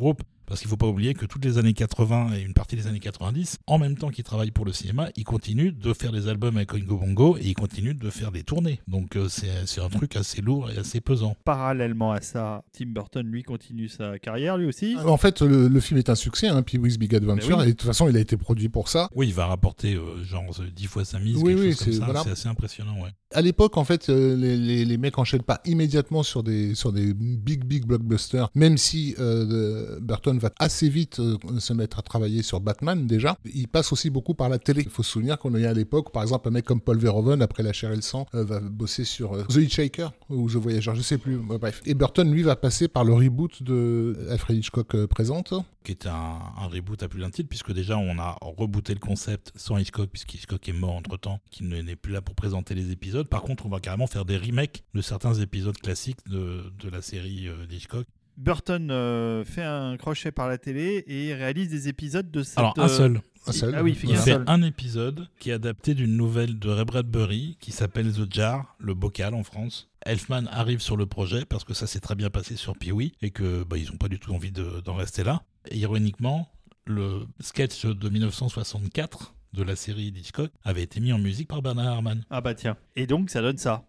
Parce qu'il ne faut pas oublier que toutes les années 80 et une partie des années 90, en même temps qu'il travaille pour le cinéma, il continue de faire des albums avec Oingo Boingo et il continue de faire des tournées. Donc c'est un truc assez lourd et assez pesant. Parallèlement à ça, Tim Burton, lui, continue sa carrière, lui aussi. En fait, le film est un succès, Pee-wee's Big Adventure, oui. et de toute façon, il a été produit pour ça. Oui, il va rapporter 10 fois sa mise, Oui, quelque chose comme ça. voilà. C'est assez impressionnant, ouais. À l'époque, en fait, les mecs enchaînent pas immédiatement sur des big blockbusters, même si Burton va assez vite se mettre à travailler sur Batman déjà. Il passe aussi beaucoup par la télé. Il faut se souvenir qu'on est à l'époque, par exemple, un mec comme Paul Verhoeven, après La chair et le sang, va bosser sur The Hitchhiker ou The Voyageur, je sais plus. Bref. Et Burton, lui, va passer par le reboot de Alfred Hitchcock présente. Qui est un reboot à plus d'un titre, puisque déjà on a rebooté le concept sans Hitchcock, puisqu'Hitchcock est mort entre-temps, qu'il n'est plus là pour présenter les épisodes. Par contre, on va carrément faire des remakes de certains épisodes classiques de la série d'Hitchcock. Burton fait un crochet par la télé et réalise des épisodes de cette... Alors, un seul. Ah oui, Il fait un épisode qui est adapté d'une nouvelle de Ray Bradbury qui s'appelle The Jar, le bocal en France. Elfman arrive sur le projet parce que ça s'est très bien passé sur Pee-wee et que ils n'ont pas du tout envie d'en rester là. Et ironiquement, le sketch de 1964 de la série d'Hitchcock avait été mis en musique par Bernard Herrmann. Ah bah tiens. Et donc ça donne ça.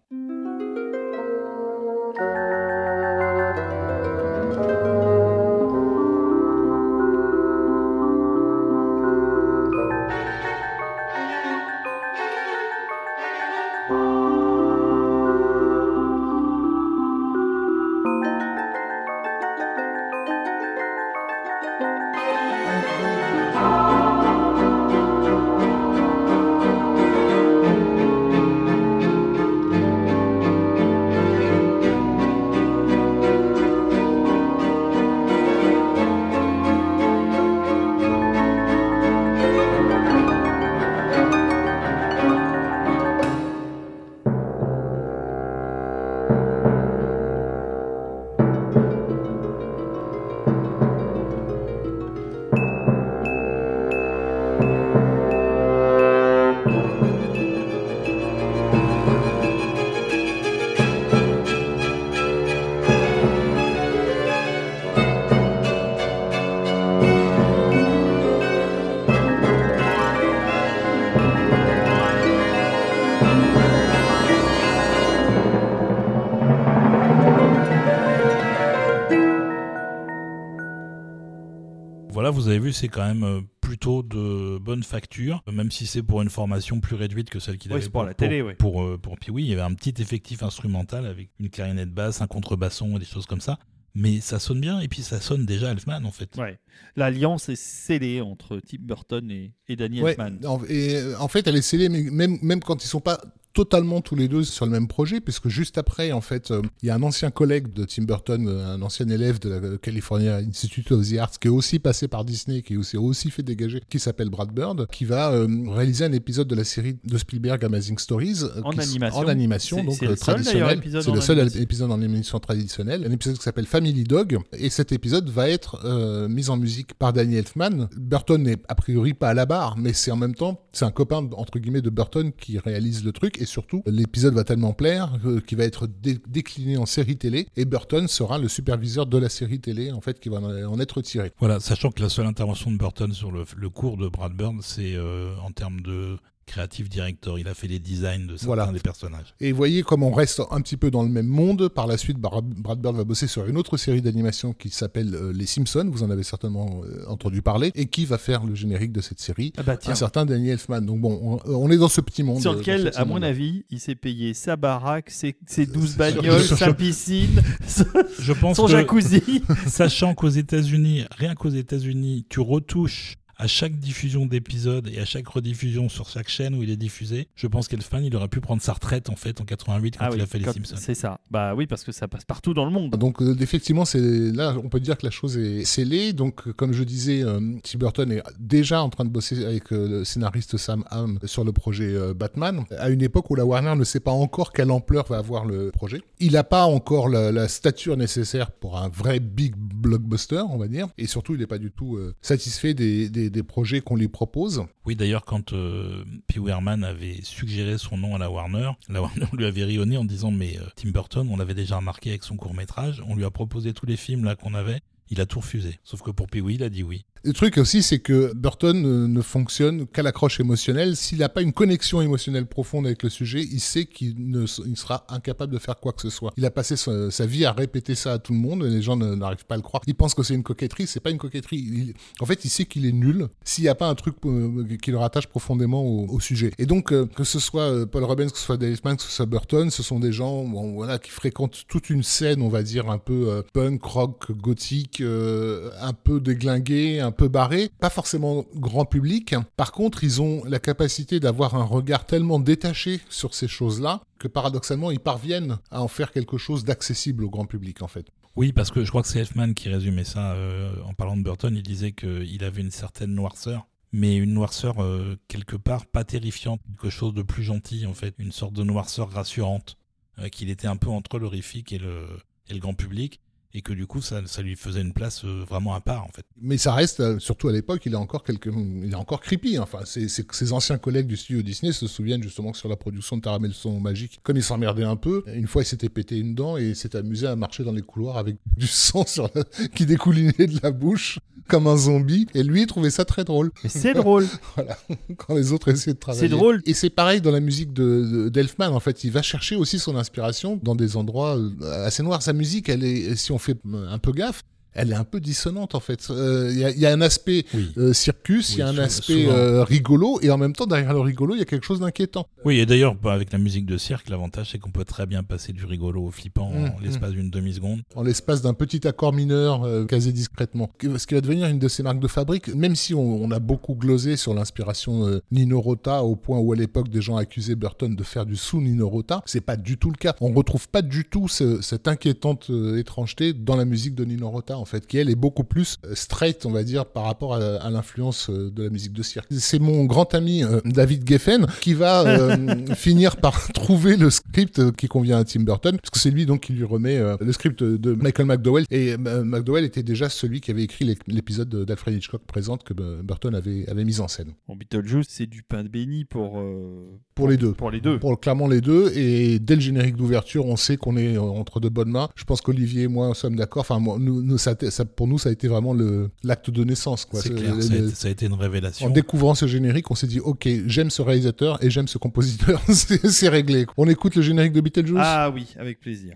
Voilà, vous avez vu, c'est quand même plutôt de bonne facture, même si c'est pour une formation plus réduite que celle qu'il avait pour la télé, pour Pee-wee. Il y avait un petit effectif instrumental avec une clarinette basse, un contrebasson et des choses comme ça. Mais ça sonne bien, et puis ça sonne déjà Elfman en fait. Ouais. L'alliance est scellée entre Tim Burton et Danny Elfman. Et en fait, elle est scellée, mais même quand ils sont pas totalement tous les deux sur le même projet, puisque juste après, en fait, il y a un ancien collègue de Tim Burton, un ancien élève de la California Institute of the Arts, qui est aussi passé par Disney, qui s'est aussi fait dégager, qui s'appelle Brad Bird, qui va réaliser un épisode de la série de Spielberg, Amazing Stories, en animation, donc traditionnel. C'est le seul épisode en animation traditionnelle, un épisode qui s'appelle Family Dog, et cet épisode va être mis en musique par Danny Elfman. Burton n'est a priori pas à la barre, mais c'est en même temps, c'est un copain entre guillemets de Burton qui réalise le truc. Et surtout, l'épisode va tellement plaire qu'il va être décliné en série télé, et Burton sera le superviseur de la série télé en fait qui va en être tiré. Voilà, sachant que la seule intervention de Burton sur le cours de Brad Bird, c'est en termes de Creative Director. Il a fait les designs de certains des personnages. Et vous voyez comme on reste un petit peu dans le même monde. Par la suite, Brad Bird va bosser sur une autre série d'animation qui s'appelle Les Simpsons. Vous en avez certainement entendu parler. Et qui va faire le générique de cette série, un certain Danny Elfman. Donc bon, on est dans ce petit monde. Sur lequel, à mon avis, il s'est payé sa baraque, ses 12 bagnoles, sa piscine, je pense son jacuzzi. Sachant qu'aux États-Unis, rien qu'aux États-Unis, tu retouches à chaque diffusion d'épisode et à chaque rediffusion sur chaque chaîne où il est diffusé, je pense qu'Elfman, il aurait pu prendre sa retraite en fait en 88 quand il a fait les Simpsons. C'est ça. Bah oui, parce que ça passe partout dans le monde. Donc effectivement, là, on peut dire que la chose est scellée. Donc comme je disais, Tim Burton est déjà en train de bosser avec le scénariste Sam Hamm sur le projet Batman, à une époque où la Warner ne sait pas encore quelle ampleur va avoir le projet. Il n'a pas encore la stature nécessaire pour un vrai big blockbuster, on va dire. Et surtout, il n'est pas du tout satisfait des projets qu'on lui propose. Oui, d'ailleurs, quand Pee-wee Herman avait suggéré son nom à la Warner lui avait ri au nez en disant mais Tim Burton, on l'avait déjà remarqué avec son court-métrage, on lui a proposé tous les films là qu'on avait, il a tout refusé. Sauf que pour Pee-wee, il a dit oui. Le truc aussi, c'est que Burton ne fonctionne qu'à l'accroche émotionnelle. S'il n'a pas une connexion émotionnelle profonde avec le sujet, il sait qu'il sera incapable de faire quoi que ce soit. Il a passé sa vie à répéter ça à tout le monde, et les gens n'arrivent pas à le croire. Ils pensent que c'est une coquetterie, c'est pas une coquetterie. En fait, il sait qu'il est nul s'il n'y a pas un truc qui le rattache profondément au sujet. Et donc, que ce soit Paul Rubens, que ce soit Dave Elfman, que ce soit Burton, ce sont des gens qui fréquentent toute une scène, on va dire, un peu punk, rock, gothique, un peu déglingué, un peu barré, pas forcément grand public. Par contre, ils ont la capacité d'avoir un regard tellement détaché sur ces choses-là que paradoxalement, ils parviennent à en faire quelque chose d'accessible au grand public, en fait. Oui, parce que je crois que c'est Elfman qui résumait ça en parlant de Burton. Il disait qu'il avait une certaine noirceur, mais une noirceur quelque part pas terrifiante, quelque chose de plus gentil en fait, une sorte de noirceur rassurante, qu'il était un peu entre l'horrifique et le grand public, et que du coup ça lui faisait une place vraiment à part en fait. Mais ça reste, surtout à l'époque, il est encore creepy. Enfin, ses anciens collègues du studio Disney se souviennent justement que sur la production de Taramel-son Magique, comme il s'emmerdait un peu, une fois il s'était pété une dent et il s'est amusé à marcher dans les couloirs avec du sang qui découlinait de la bouche comme un zombie, et lui il trouvait ça très drôle. Mais c'est drôle. Voilà, quand les autres essaient de travailler. C'est drôle. Et c'est pareil dans la musique d'Elfman, en fait, il va chercher aussi son inspiration dans des endroits assez noirs. Sa musique, elle est, si on fait un peu gaffe, elle est un peu dissonante en fait. Il y a un aspect circus, il y a un aspect rigolo, et en même temps derrière le rigolo il y a quelque chose d'inquiétant. Oui, et d'ailleurs avec la musique de cirque, l'avantage c'est qu'on peut très bien passer du rigolo au flippant en l'espace d'une demi-seconde. En l'espace d'un petit accord mineur casé discrètement. Ce qui va devenir une de ses marques de fabrique, même si on a beaucoup glosé sur l'inspiration Nino Rota, au point où à l'époque des gens accusaient Burton de faire du sous-Nino Rota, c'est pas du tout le cas. On retrouve pas du tout cette inquiétante étrangeté dans la musique de Nino Rota, en fait, qui elle est beaucoup plus straight, on va dire, par rapport à l'influence de la musique de cirque. C'est mon grand ami David Geffen qui va finir par trouver le script qui convient à Tim Burton, parce que c'est lui donc qui lui remet le script de Michael McDowell, et McDowell était déjà celui qui avait écrit l'épisode d'Alfred Hitchcock Présente que Burton avait mis en scène. Bon, Beetlejuice, c'est du pain de béni pour les deux. Pour les deux. Pour clairement les deux, et dès le générique d'ouverture, on sait qu'on est entre de bonnes mains. Je pense qu'Olivier et moi sommes d'accord. Enfin, pour nous, ça a été vraiment l'acte de naissance, quoi. C'est clair, ça a été une révélation. En découvrant ce générique, on s'est dit, ok, j'aime ce réalisateur et j'aime ce compositeur. C'est réglé. On écoute le générique de Beetlejuice ? Ah oui, avec plaisir.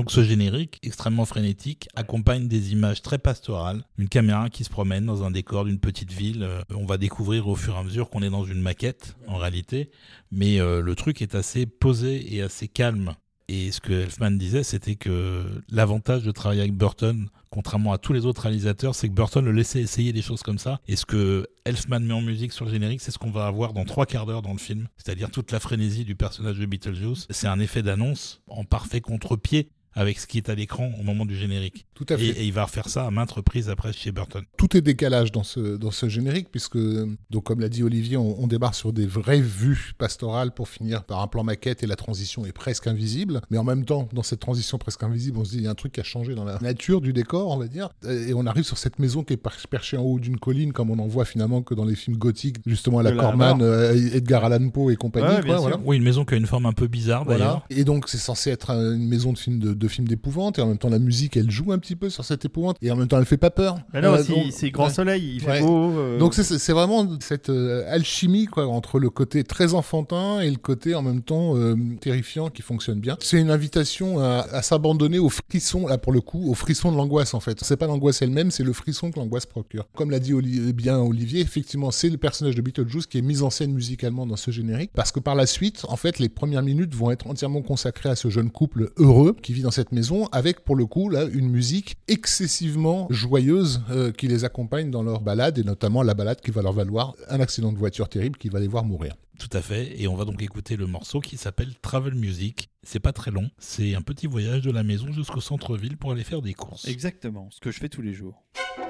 Donc ce générique, extrêmement frénétique, accompagne des images très pastorales, une caméra qui se promène dans un décor d'une petite ville. On va découvrir au fur et à mesure qu'on est dans une maquette, en réalité, mais le truc est assez posé et assez calme. Et ce que Elfman disait, c'était que l'avantage de travailler avec Burton, contrairement à tous les autres réalisateurs, c'est que Burton le laissait essayer des choses comme ça. Et ce que Elfman met en musique sur le générique, c'est ce qu'on va avoir dans 3/4 d'heure dans le film. C'est-à-dire toute la frénésie du personnage de Beetlejuice. C'est un effet d'annonce en parfait contre-pied avec ce qui est à l'écran au moment du générique. Tout à fait. Et il va refaire ça à maintes reprises après chez Burton. Tout est décalage dans ce générique, puisque, donc, comme l'a dit Olivier, on démarre sur des vraies vues pastorales pour finir par un plan maquette et la transition est presque invisible. Mais en même temps, dans cette transition presque invisible, on se dit il y a un truc qui a changé dans la nature du décor, on va dire. Et on arrive sur cette maison qui est perchée en haut d'une colline, comme on en voit finalement que dans les films gothiques, justement à la Corman, Edgar Allan Poe et compagnie. Ouais, quoi, voilà. Oui, une maison qui a une forme un peu bizarre d'ailleurs. Et donc c'est censé être une maison de films d'épouvante, et en même temps la musique elle joue un petit peu sur cette épouvante, et en même temps elle fait pas peur. Mais là aussi, c'est grand soleil, il fait beau. Donc c'est vraiment cette alchimie quoi, entre le côté très enfantin et le côté en même temps terrifiant qui fonctionne bien. C'est une invitation à s'abandonner au frisson, là pour le coup, au frisson de l'angoisse en fait. C'est pas l'angoisse elle-même, c'est le frisson que l'angoisse procure. Comme l'a dit bien Olivier, effectivement c'est le personnage de Beetlejuice qui est mis en scène musicalement dans ce générique, parce que par la suite, en fait, les premières minutes vont être entièrement consacrées à ce jeune couple heureux qui vit dans cette maison, avec pour le coup là une musique excessivement joyeuse qui les accompagne dans leur balade, et notamment la balade qui va leur valoir un accident de voiture terrible qui va les voir mourir. Tout à fait, et on va donc écouter le morceau qui s'appelle Travel Music. C'est pas très long, c'est un petit voyage de la maison jusqu'au centre-ville pour aller faire des courses. Exactement, ce que je fais tous les jours.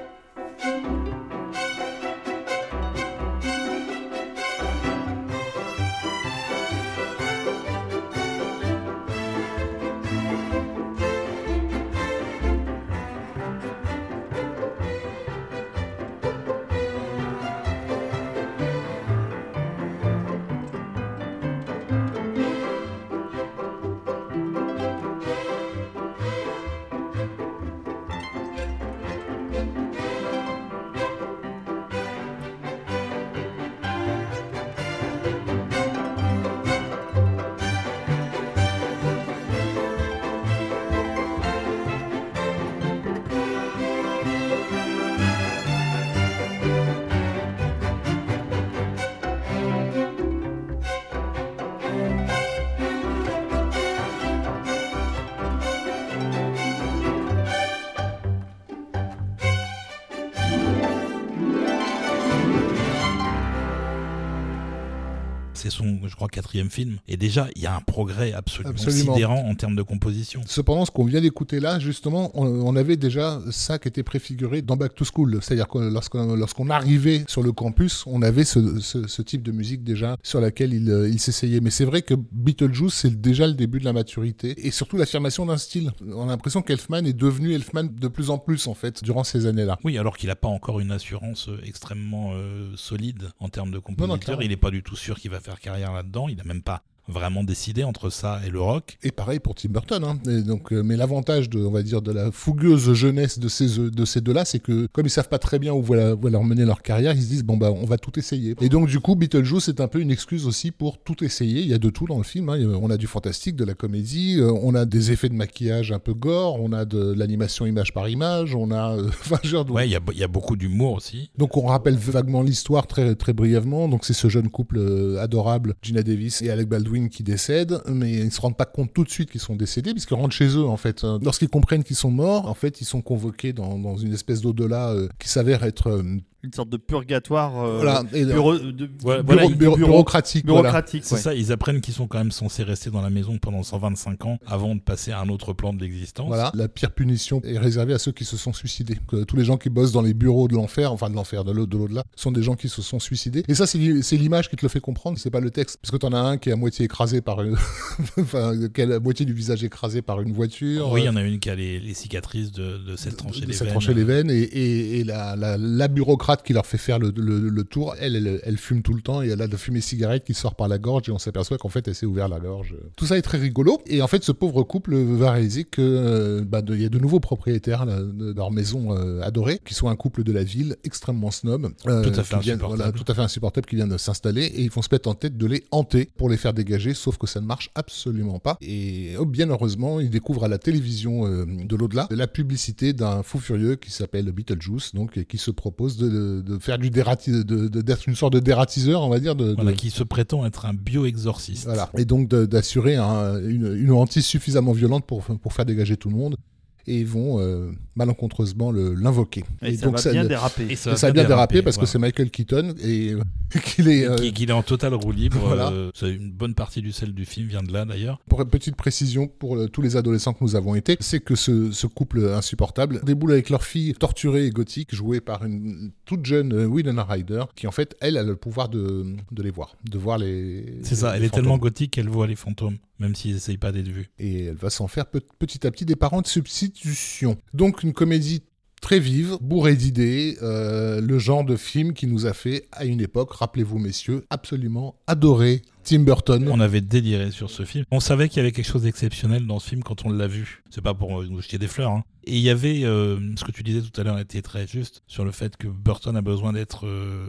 C'est son, je crois, 4e film. Et déjà, il y a un progrès absolument Absolument. sidérant en termes de composition. Cependant, ce qu'on vient d'écouter là, justement, on avait déjà ça qui était préfiguré dans Back to School. C'est-à-dire que lorsqu'on arrivait sur le campus, on avait ce type de musique déjà sur laquelle il s'essayait. Mais c'est vrai que Beetlejuice, c'est déjà le début de la maturité et surtout l'affirmation d'un style. On a l'impression qu'Elfman est devenu Elfman de plus en plus, en fait, durant ces années-là. Oui, alors qu'il n'a pas encore une assurance extrêmement solide en termes de compositeur. clairement. Il n'est pas du tout sûr qu'il va faire carrière là-dedans. Il n'a même pas vraiment décidé entre ça et le rock. Et pareil pour Tim Burton. Hein. Et donc, mais l'avantage de, on va dire, de la fougueuse jeunesse de ces deux-là, c'est que comme ils savent pas très bien où va leur mener leur carrière, ils se disent bon bah on va tout essayer. Et donc du coup, Beetlejuice c'est un peu une excuse aussi pour tout essayer. Il y a de tout dans le film. Hein. On a du fantastique, de la comédie, on a des effets de maquillage un peu gore, on a de l'animation image par image, on a, Ouais, il y a beaucoup d'humour aussi. Donc on rappelle vaguement l'histoire très très brièvement. Donc c'est ce jeune couple adorable, Gina Davis et Alec Baldwin, qui décèdent, mais ils se rendent pas compte tout de suite qu'ils sont décédés, puisqu'ils rentrent chez eux en fait. Lorsqu'ils comprennent qu'ils sont morts, en fait ils sont convoqués dans une espèce d'au-delà qui s'avère être une sorte de purgatoire voilà, et bureaucratique. Voilà. C'est ça, ils apprennent qu'ils sont quand même censés rester dans la maison pendant 125 ans avant de passer à un autre plan de l'existence. Voilà, la pire punition est réservée à ceux qui se sont suicidés. Que tous les gens qui bossent dans les bureaux de l'enfer, enfin de l'enfer, de l'au-delà, sont des gens qui se sont suicidés. Et ça, c'est l'image qui te le fait comprendre, c'est pas le texte. Parce que t'en as un qui est à moitié écrasé par enfin, qui a la moitié du visage écrasé par une voiture. Oui, il y en a une qui a les cicatrices de s'être tranché les veines. Et la bureaucratie nitrate qui leur fait faire le tour. Elle fume tout le temps et elle a de la fumée cigarette qui sort par la gorge et on s'aperçoit qu'en fait elle s'est ouvert la gorge. Tout ça est très rigolo et en fait ce pauvre couple va réaliser que y a de nouveaux propriétaires de leur maison adorée qui sont un couple de la ville extrêmement snob, tout à fait insupportable. tout à fait insupportable, qui viennent de s'installer et ils vont se mettre en tête de les hanter pour les faire dégager, sauf que ça ne marche absolument pas et bien heureusement ils découvrent à la télévision de l'au-delà la publicité d'un fou furieux qui s'appelle Beetlejuice, donc et qui se propose de faire d'être une sorte de dératiseur, on va dire, qui se prétend être un bio-exorciste. Voilà, et donc d'assurer une hantise suffisamment violente pour faire dégager tout le monde. Et ils vont malencontreusement l'invoquer. Et ça va bien déraper. Et ça va bien déraper parce que c'est Michael Keaton et qu'il est en total roue libre. Voilà. Une bonne partie du sel du film vient de là d'ailleurs. Pour une petite précision pour tous les adolescents que nous avons été, c'est que ce couple insupportable déboule avec leur fille torturée et gothique, jouée par une toute jeune Winona Ryder, qui en fait, elle a le pouvoir de les voir, de voir les. C'est ça, elle est fantômes. tellement gothique qu'elle voit les fantômes, même s'ils n'essayent pas d'être vus. Et elle va s'en faire petit à petit des parents de substitution. Donc une comédie très vive, bourrée d'idées, le genre de film qui nous a fait, à une époque, rappelez-vous messieurs, absolument adorer Tim Burton. On avait déliré sur ce film. On savait qu'il y avait quelque chose d'exceptionnel dans ce film quand on l'a vu. C'est pas pour nous jeter des fleurs. Hein. Et il y avait, ce que tu disais tout à l'heure était très juste, sur le fait que Burton a besoin d'être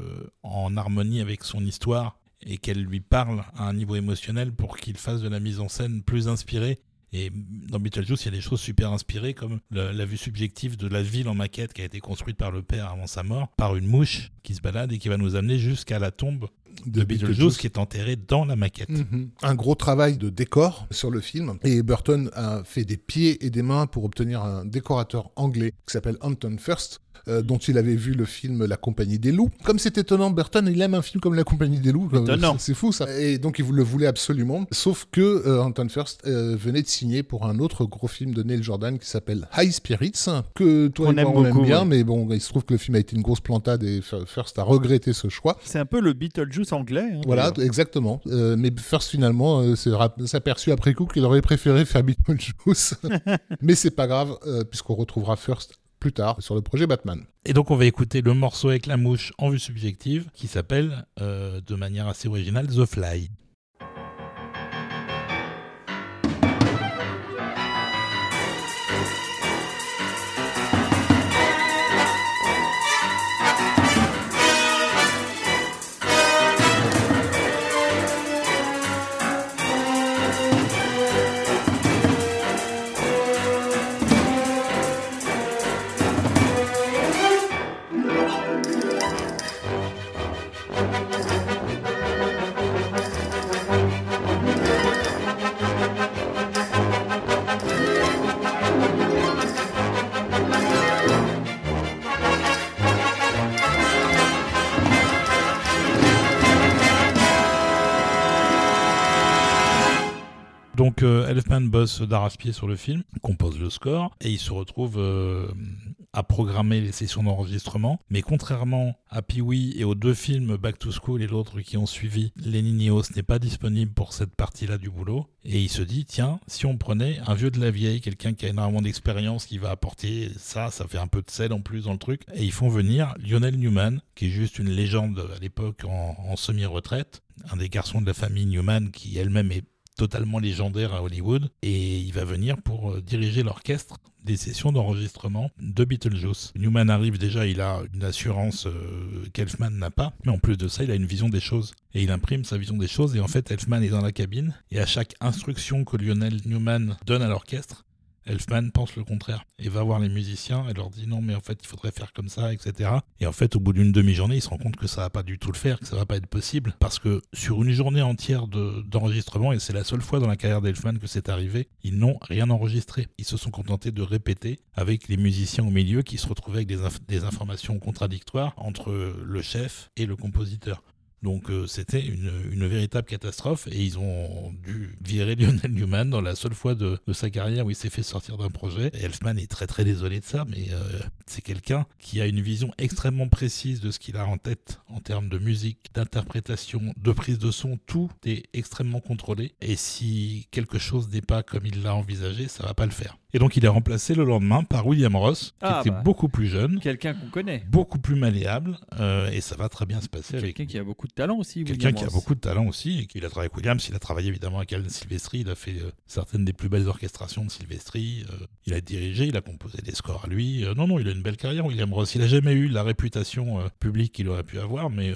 en harmonie avec son histoire et qu'elle lui parle à un niveau émotionnel pour qu'il fasse de la mise en scène plus inspirée. Et dans Beetlejuice, il y a des choses super inspirées, comme la vue subjective de la ville en maquette qui a été construite par le père avant sa mort, par une mouche qui se balade et qui va nous amener jusqu'à la tombe de Beetlejuice qui est enterré dans la maquette. Un gros travail de décor sur le film. Et Burton a fait des pieds et des mains pour obtenir un décorateur anglais qui s'appelle Anton First, dont il avait vu le film La Compagnie des Loups. Comme c'est étonnant, Burton, il aime un film comme La Compagnie des Loups. C'est fou ça. Et donc il le voulait absolument. Sauf que Anton First venait de signer pour un autre gros film de Neil Jordan qui s'appelle High Spirits, que toi et moi on aime bien, mais bon, il se trouve que le film a été une grosse plantade et First a regretté ce choix. C'est un peu le Beetlejuice anglais. Hein, voilà, d'ailleurs. Exactement. Mais First finalement s'est aperçu après coup qu'il aurait préféré faire Beetlejuice. Mais c'est pas grave, puisqu'on retrouvera First plus tard sur le projet Batman. Et donc on va écouter le morceau avec la mouche en vue subjective qui s'appelle de manière assez originale The Fly. Donc Elfman bosse d'arrache-pied sur le film, compose le score et il se retrouve à programmer les sessions d'enregistrement. Mais contrairement à Pee-wee et aux deux films Back to School et l'autre qui ont suivi, Lenny Niehaus n'est pas disponible pour cette partie-là du boulot. Et il se dit, tiens, si on prenait un vieux de la vieille, quelqu'un qui a énormément d'expérience, qui va apporter ça fait un peu de sel en plus dans le truc. Et ils font venir Lionel Newman, qui est juste une légende à l'époque en semi-retraite, un des garçons de la famille Newman qui elle-même est totalement légendaire à Hollywood, et il va venir pour diriger l'orchestre des sessions d'enregistrement de Beetlejuice. Newman arrive déjà, il a une assurance qu'Elfman n'a pas, mais en plus de ça, il a une vision des choses. Et il imprime sa vision des choses, et en fait, Elfman est dans la cabine, et à chaque instruction que Lionel Newman donne à l'orchestre, Elfman pense le contraire et va voir les musiciens et leur dit non mais en fait il faudrait faire comme ça, etc. Et en fait au bout d'une demi-journée il se rend compte que ça va pas du tout le faire, que ça va pas être possible parce que sur une journée entière d'enregistrement, et c'est la seule fois dans la carrière d'Elfman que c'est arrivé, ils n'ont rien enregistré. Ils se sont contentés de répéter avec les musiciens au milieu qui se retrouvaient avec des informations contradictoires entre le chef et le compositeur. Donc c'était une véritable catastrophe et ils ont dû virer Lionel Newman dans la seule fois de sa carrière où il s'est fait sortir d'un projet. Et Elfman est très très désolé de ça, mais c'est quelqu'un qui a une vision extrêmement précise de ce qu'il a en tête en termes de musique, d'interprétation, de prise de son. Tout est extrêmement contrôlé et si quelque chose n'est pas comme il l'a envisagé, ça va pas le faire. Et donc il est remplacé le lendemain par William Ross, qui était beaucoup plus jeune. Quelqu'un qu'on connaît. Beaucoup plus malléable, et ça va très bien se passer avec quelqu'un qui a beaucoup de talent aussi. Quelqu'un qui a beaucoup de talent aussi, et qu'il a travaillé avec Williams, il a travaillé évidemment avec Alan Silvestri, il a fait certaines des plus belles orchestrations de Silvestri, il a dirigé, il a composé des scores à lui. Non, il a une belle carrière, William Ross. Il n'a jamais eu la réputation publique qu'il aurait pu avoir, mais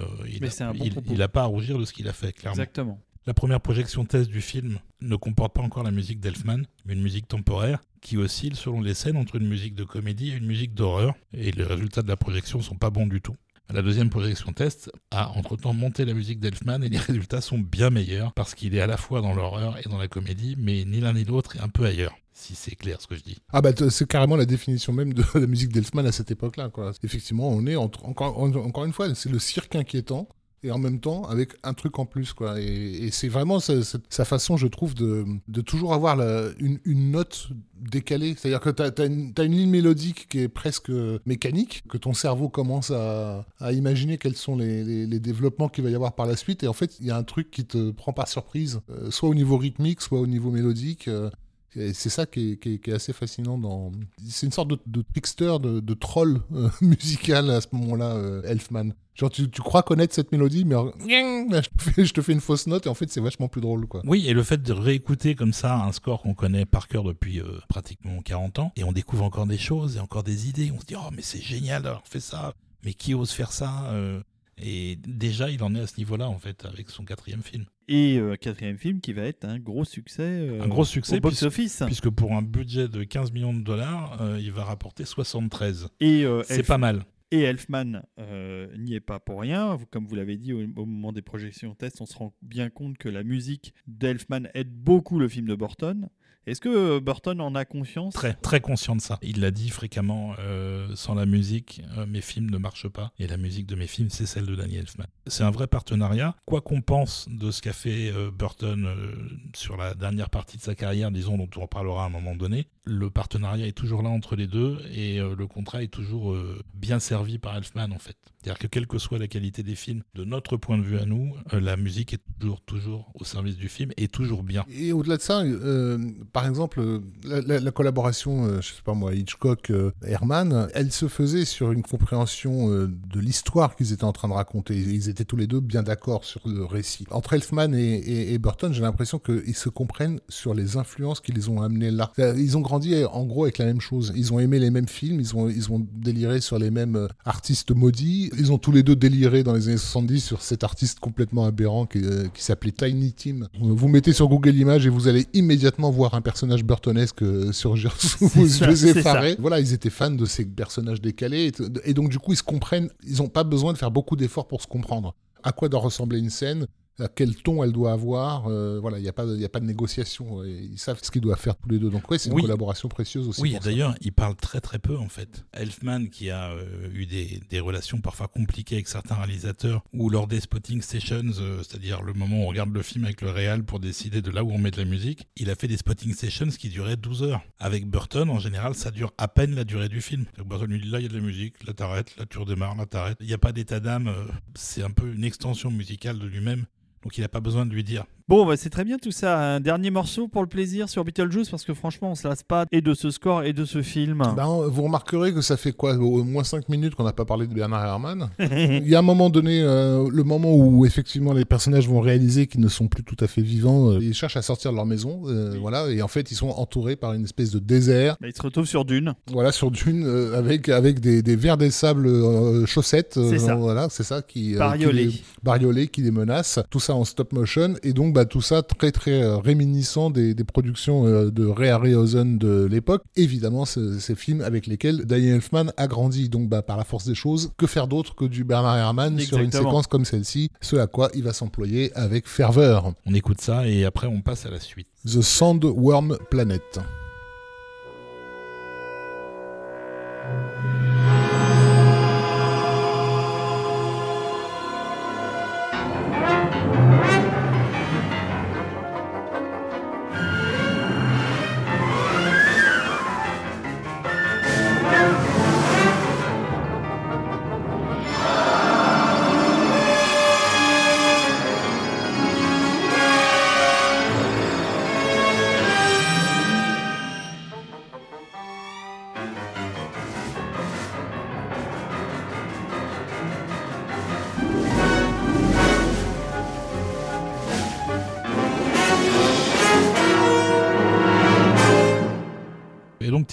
il n'a pas à rougir de ce qu'il a fait, clairement. Exactement. La première projection test du film ne comporte pas encore la musique d'Elfman, mais une musique temporaire qui oscille selon les scènes entre une musique de comédie et une musique d'horreur, et les résultats de la projection sont pas bons du tout. La deuxième projection test a entre-temps monté la musique d'Elfman et les résultats sont bien meilleurs parce qu'il est à la fois dans l'horreur et dans la comédie, mais ni l'un ni l'autre est un peu ailleurs. Si c'est clair ce que je dis. C'est carrément la définition même de la musique d'Elfman à cette époque-là, quoi. Effectivement, on est encore une fois, c'est le cirque inquiétant. Et en même temps, avec un truc en plus, quoi. Et c'est vraiment sa façon, je trouve, de toujours avoir une note décalée. C'est-à-dire que t'as une ligne mélodique qui est presque mécanique, que ton cerveau commence à imaginer quels sont les développements qu'il va y avoir par la suite. Et en fait, il y a un truc qui te prend par surprise, soit au niveau rythmique, soit au niveau mélodique. Et c'est ça qui est assez fascinant. C'est une sorte de trickster, de troll musical à ce moment-là, Elfman. Genre, tu crois connaître cette mélodie, mais je te fais une fausse note et en fait, c'est vachement plus drôle, quoi. Oui, et le fait de réécouter comme ça un score qu'on connaît par cœur depuis pratiquement 40 ans, et on découvre encore des choses et encore des idées. On se dit, oh, mais c'est génial d'avoir fait ça, mais qui ose faire ça Et déjà, il en est à ce niveau-là, en fait, avec son 4e film. Et quatrième film qui va être un gros succès, au box-office. Puisque pour un budget de 15 millions de dollars, il va rapporter 73. Et c'est pas mal. Et Elfman n'y est pas pour rien. Comme vous l'avez dit, au moment des projections test, on se rend bien compte que la musique d'Elfman aide beaucoup le film de Burton. Est-ce que Burton en a conscience ? Très, très conscient de ça. Il l'a dit fréquemment, sans la musique, mes films ne marchent pas. Et la musique de mes films, c'est celle de Danny Elfman. C'est un vrai partenariat. Quoi qu'on pense de ce qu'a fait Burton sur la dernière partie de sa carrière, disons, dont on en parlera à un moment donné, le partenariat est toujours là entre les deux et le contrat est toujours bien servi par Elfman, en fait. C'est-à-dire que quelle que soit la qualité des films, de notre point de vue à nous, la musique est toujours au service du film et toujours bien. Et au-delà de ça, par exemple, la collaboration, je sais pas moi, Hitchcock-Herman, elle se faisait sur une compréhension de l'histoire qu'ils étaient en train de raconter. Ils étaient tous les deux bien d'accord sur le récit. Entre Elfman et Burton, j'ai l'impression qu'ils se comprennent sur les influences qui les ont amenés là. Ils ont grandi en gros avec la même chose. Ils ont aimé les mêmes films, ils ont déliré sur les mêmes artistes maudits. Ils ont tous les deux déliré dans les années 70 sur cet artiste complètement aberrant qui s'appelait Tiny Tim. Vous mettez sur Google Images et vous allez immédiatement voir un personnage burtonesque surgir sous vos yeux effarés. Voilà, ils étaient fans de ces personnages décalés et donc du coup ils se comprennent. Ils n'ont pas besoin de faire beaucoup d'efforts pour se comprendre. À quoi doit ressembler une scène ? À quel ton elle doit avoir, voilà, il n'y a pas de négociation. Ils savent ce qu'ils doivent faire tous les deux. Donc c'est une collaboration précieuse aussi. Oui, d'ailleurs, ils parlent très très peu en fait. Elfman, qui a eu des relations parfois compliquées avec certains réalisateurs, ou lors des spotting sessions, c'est-à-dire le moment où on regarde le film avec le réal pour décider de là où on met de la musique, il a fait des spotting sessions qui duraient 12 heures. Avec Burton, en général, ça dure à peine la durée du film. Donc Burton lui dit, là il y a de la musique, là t'arrêtes, là tu redémarres, là t'arrêtes. Il n'y a pas d'état d'âme, c'est un peu une extension musicale de lui-même. Donc il n'a pas besoin de lui dire. Bon, c'est très bien tout ça. Un dernier morceau pour le plaisir sur Beetlejuice, parce que franchement, on se lasse pas et de ce score et de ce film. Vous remarquerez que ça fait quoi, au moins 5 minutes qu'on n'a pas parlé de Bernard Herrmann. Il y a un moment donné, le moment où effectivement les personnages vont réaliser qu'ils ne sont plus tout à fait vivants. Ils cherchent à sortir de leur maison, voilà, et en fait ils sont entourés par une espèce de désert. Ils se retrouvent sur Dune. Voilà, sur Dune, avec des vers des sables chaussettes. C'est ça. Voilà, c'est ça qui bariolés qui les menacent. Tout ça en stop motion et donc tout ça très très réminiscent des productions de Ray Harryhausen de l'époque. Évidemment, ces films avec lesquels Danny Elfman a grandi. Donc par la force des choses, que faire d'autre que du Bernard Herrmann sur une séquence comme celle-ci, ce à quoi il va s'employer avec ferveur. On écoute ça et après on passe à la suite. The Sandworm Planet.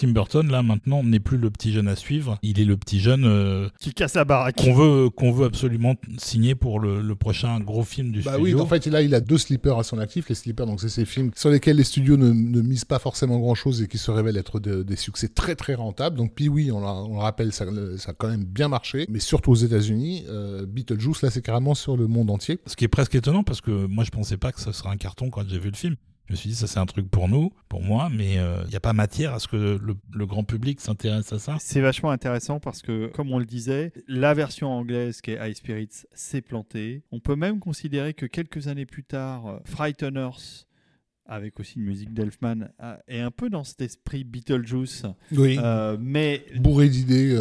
Tim Burton, là, maintenant, n'est plus le petit jeune à suivre. Il est le petit jeune qui casse la baraque. qu'on veut absolument signer pour le prochain gros film du studio. Oui, en fait, là, il a 2 sleepers à son actif. Les sleepers, donc c'est ces films sur lesquels les studios ne misent pas forcément grand-chose et qui se révèlent être des succès très, très rentables. Donc, Pee-wee, on le rappelle, ça a quand même bien marché. Mais surtout aux États-Unis, Beetlejuice, là, c'est carrément sur le monde entier. Ce qui est presque étonnant, parce que moi, je pensais pas que ça serait un carton quand j'ai vu le film. Je me suis dit, ça c'est un truc pour moi, mais il n'y a pas matière à ce que le grand public s'intéresse à ça. C'est vachement intéressant parce que, comme on le disait, la version anglaise qui est High Spirits s'est plantée. On peut même considérer que quelques années plus tard, Frighteners, avec aussi une musique d'Elfman, est un peu dans cet esprit Beetlejuice, Oui. Mais bourré d'idées.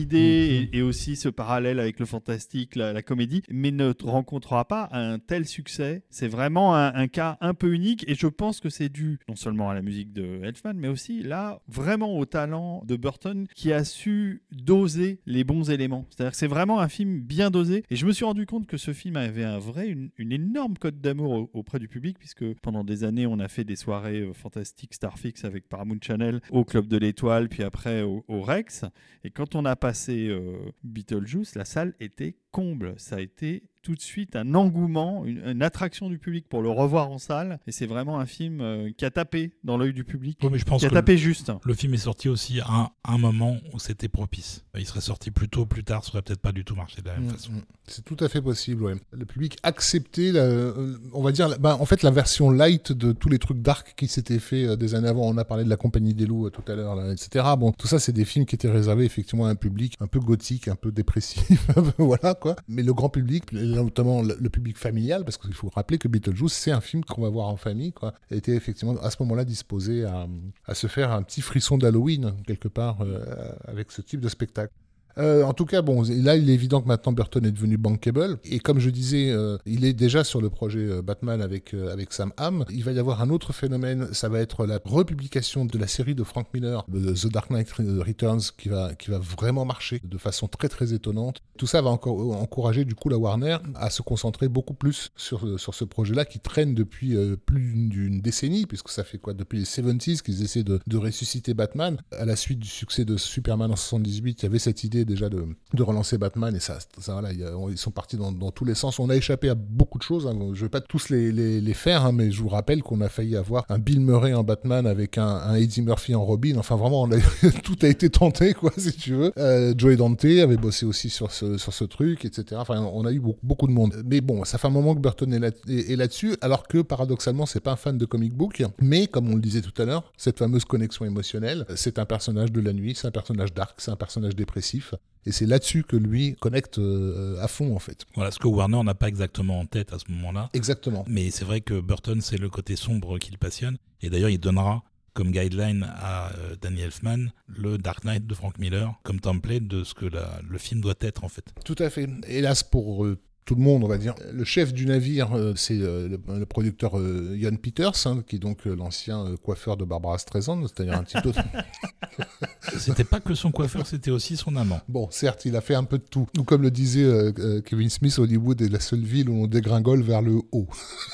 Et aussi ce parallèle avec le fantastique, la comédie, mais ne rencontrera pas un tel succès. C'est vraiment un cas un peu unique, et je pense que c'est dû non seulement à la musique de Elfman, mais aussi là, vraiment au talent de Burton, qui a su doser les bons éléments. C'est-à-dire que c'est vraiment un film bien dosé, et je me suis rendu compte que ce film avait une énorme cote d'amour auprès du public, puisque pendant des années, on a fait des soirées fantastiques Starfix avec Paramount Channel au Club de l'Étoile, puis après au Rex. Et quand on a passé Beetlejuice, la salle était comble. Ça a été tout de suite un engouement, une attraction du public pour le revoir en salle. Et c'est vraiment un film qui a tapé dans l'œil du public, oui, mais je pense qui a tapé juste. Le film est sorti aussi à un moment où c'était propice. Il serait sorti plus tôt, plus tard, ça aurait peut-être pas du tout marché de la même façon. C'est tout à fait possible, ouais. Le public acceptait, on va dire, en fait, la version light de tous les trucs dark qui s'étaient faits des années avant. On a parlé de La Compagnie des Loups tout à l'heure, là, etc. Bon, tout ça, c'est des films qui étaient réservés effectivement à un public un peu gothique, un peu dépressif, voilà, quoi. Mais le grand public, notamment le public familial, parce qu'il faut rappeler que Beetlejuice, c'est un film qu'on va voir en famille, quoi, a été effectivement à ce moment-là disposé à se faire un petit frisson d'Halloween, quelque part, avec ce type de spectacle. En tout cas, bon, là, il est évident que maintenant Burton est devenu bankable. Et comme je disais, il est déjà sur le projet Batman avec Sam Hamm. Il va y avoir un autre phénomène, ça va être la republication de la série de Frank Miller, de The Dark Knight Returns, qui va vraiment marcher de façon très très étonnante. Tout ça va encore encourager du coup la Warner à se concentrer beaucoup plus sur ce projet-là qui traîne depuis plus d'une décennie, puisque ça fait quoi, depuis les 70s qu'ils essaient de ressusciter Batman. À la suite du succès de Superman en 78, il y avait cette idée déjà de relancer Batman, et ça voilà, ils sont partis dans tous les sens. On a échappé à beaucoup de choses, hein. Je ne vais pas tous les faire, hein, mais je vous rappelle qu'on a failli avoir un Bill Murray en Batman avec un Eddie Murphy en Robin. Enfin vraiment, tout a été tenté, quoi, si tu veux. Joe Dante avait bossé aussi sur ce truc, etc. Enfin, on a eu beaucoup de monde. Mais bon, ça fait un moment que Burton est là-dessus, alors que paradoxalement, c'est pas un fan de comic book, mais comme on le disait tout à l'heure, cette fameuse connexion émotionnelle, c'est un personnage de la nuit, c'est un personnage dark, c'est un personnage dépressif. Et c'est là-dessus que lui connecte à fond, en fait. Voilà, ce que Warner n'a pas exactement en tête à ce moment-là. Exactement. Mais c'est vrai que Burton, c'est le côté sombre qui le passionne. Et d'ailleurs, il donnera comme guideline à Danny Elfman le Dark Knight de Frank Miller comme template de ce que le film doit être, en fait. Tout à fait. Hélas pour tout le monde, on va dire. Le chef du navire, c'est le producteur Ian Peters, hein, qui est donc l'ancien coiffeur de Barbara Streisand, c'est-à-dire un petit peu... C'était pas que son coiffeur, c'était aussi son amant. Bon, certes, il a fait un peu de tout. Ou comme le disait Kevin Smith, Hollywood est la seule ville où on dégringole vers le haut.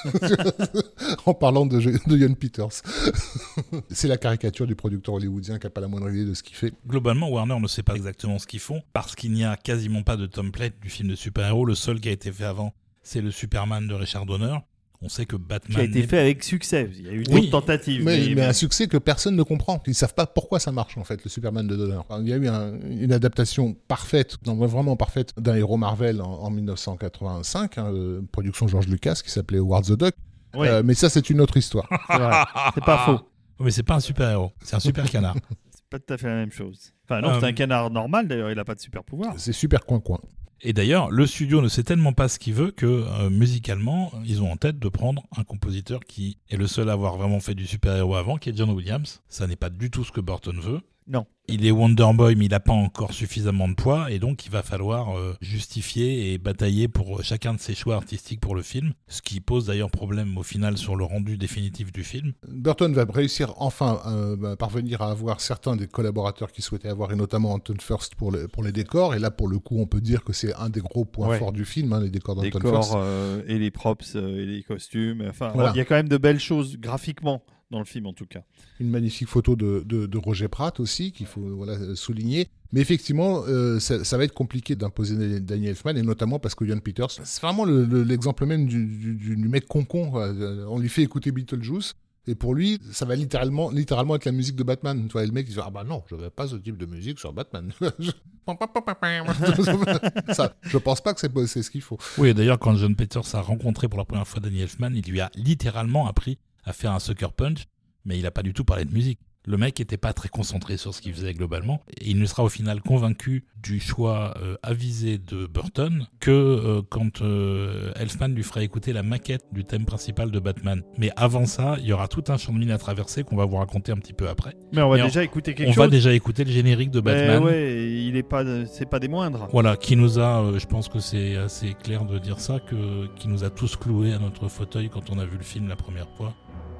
En parlant de Ian Peters. C'est la caricature du producteur hollywoodien qui n'a pas la moindre idée de ce qu'il fait. Globalement, Warner ne sait pas exactement ce qu'ils font, parce qu'il n'y a quasiment pas de template du film de super-héros. Le seul qui a été fait avant, c'est le Superman de Richard Donner. On sait que Batman... Qui a été fait avec succès. Il y a eu d'autres tentatives. Mais un succès que personne ne comprend. Ils ne savent pas pourquoi ça marche, en fait, le Superman de Donner. Enfin, il y a eu une adaptation parfaite, vraiment parfaite, d'un héros Marvel en 1985, production George Lucas, qui s'appelait Howard the Duck. Oui. Mais ça, c'est une autre histoire. C'est vrai. C'est pas faux. Mais c'est pas un super-héros, c'est un super canard. C'est pas tout à fait la même chose. Enfin non, c'est un canard normal, d'ailleurs, il n'a pas de super pouvoir. C'est super coin-coin. Et d'ailleurs, le studio ne sait tellement pas ce qu'il veut que musicalement, ils ont en tête de prendre un compositeur qui est le seul à avoir vraiment fait du super-héros avant, qui est John Williams. Ça n'est pas du tout ce que Burton veut. Non. Il est Wonder Boy, mais il n'a pas encore suffisamment de poids, et donc il va falloir justifier et batailler pour chacun de ses choix artistiques pour le film, ce qui pose d'ailleurs problème au final sur le rendu définitif du film. Burton va réussir enfin parvenir à avoir certains des collaborateurs qu'il souhaitait avoir, et notamment Anton Furst pour les décors, et là pour le coup on peut dire que c'est un des gros points forts du film, hein, les décors d'Anton Furst. Et les props et les costumes, enfin voilà. Il y a quand même de belles choses graphiquement dans le film en tout cas. Une magnifique photo de Roger Pratt aussi, qu'il faut souligner. Mais effectivement, ça va être compliqué d'imposer Danny Elfman, et notamment parce que Jon Peters, c'est vraiment l'exemple même du mec con. On lui fait écouter Beetlejuice, et pour lui, ça va littéralement être la musique de Batman. Tu vois, et le mec, il dit « Ah bah non, je veux pas ce type de musique sur Batman. » Ça, je pense pas que c'est ce qu'il faut. Oui, d'ailleurs, quand Jon Peters a rencontré pour la première fois Danny Elfman, il lui a littéralement appris à faire un sucker punch, mais il n'a pas du tout parlé de musique. Le mec n'était pas très concentré sur ce qu'il faisait globalement, et il ne sera au final convaincu du choix avisé de Burton que quand Elfman lui fera écouter la maquette du thème principal de Batman. Mais avant ça, il y aura tout un champ de mine à traverser qu'on va vous raconter un petit peu après. Mais on va déjà écouter quelque chose. On va déjà écouter le générique de Batman. C'est pas des moindres. Voilà, qui nous a, je pense que c'est assez clair de dire ça, qui nous a tous cloués à notre fauteuil quand on a vu le film la première fois.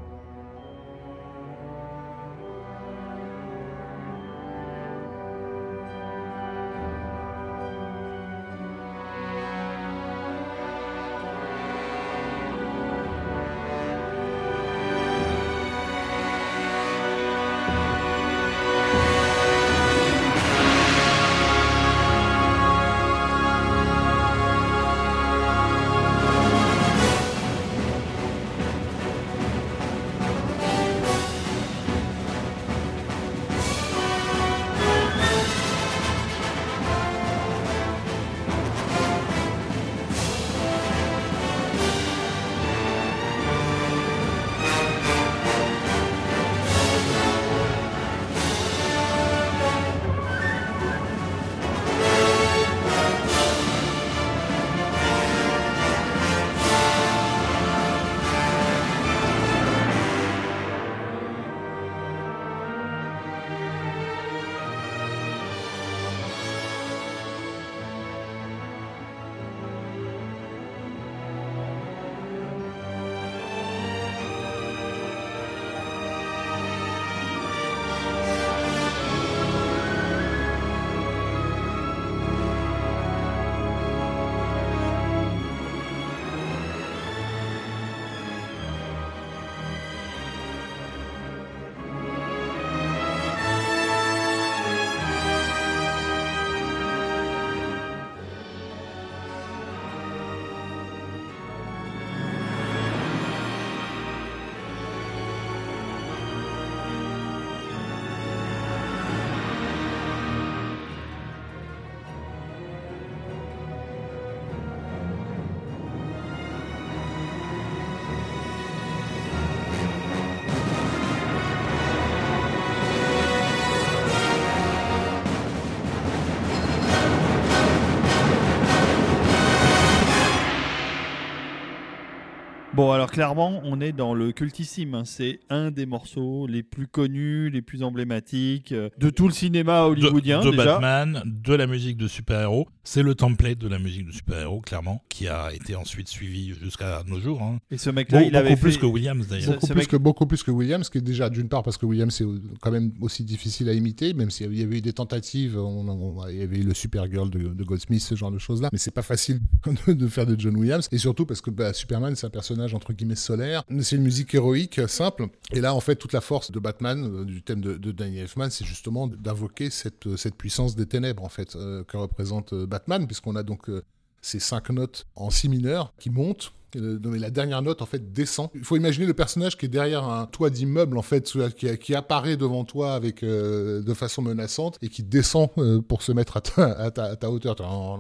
Bon, alors clairement, on est dans le cultissime. Hein. C'est un des morceaux les plus connus, les plus emblématiques de tout le cinéma hollywoodien. De déjà. Batman, de la musique de super-héros. C'est le template de la musique de super-héros, clairement, qui a été ensuite suivi jusqu'à nos jours. Hein. Et ce mec-là, il avait beaucoup plus que Williams, d'ailleurs. Beaucoup plus que Williams, qui est déjà, d'une part, parce que Williams c'est quand même aussi difficile à imiter, même s'il y avait eu des tentatives. Il y avait eu le Supergirl de Goldsmith, ce genre de choses-là. Mais c'est pas facile de faire de John Williams. Et surtout parce que Superman, c'est un personnage entre guillemets solaire. C'est une musique héroïque, simple. Et là, en fait, toute la force de Batman, du thème de Danny Elfman, c'est justement d'invoquer cette puissance des ténèbres, en fait, que représente Batman, puisqu'on a donc ces 5 notes en si mineur qui montent. Mais la dernière note en fait descend. Il faut imaginer le personnage qui est derrière un toit d'immeuble en fait, qui apparaît devant toi avec de façon menaçante et qui descend pour se mettre à ta hauteur.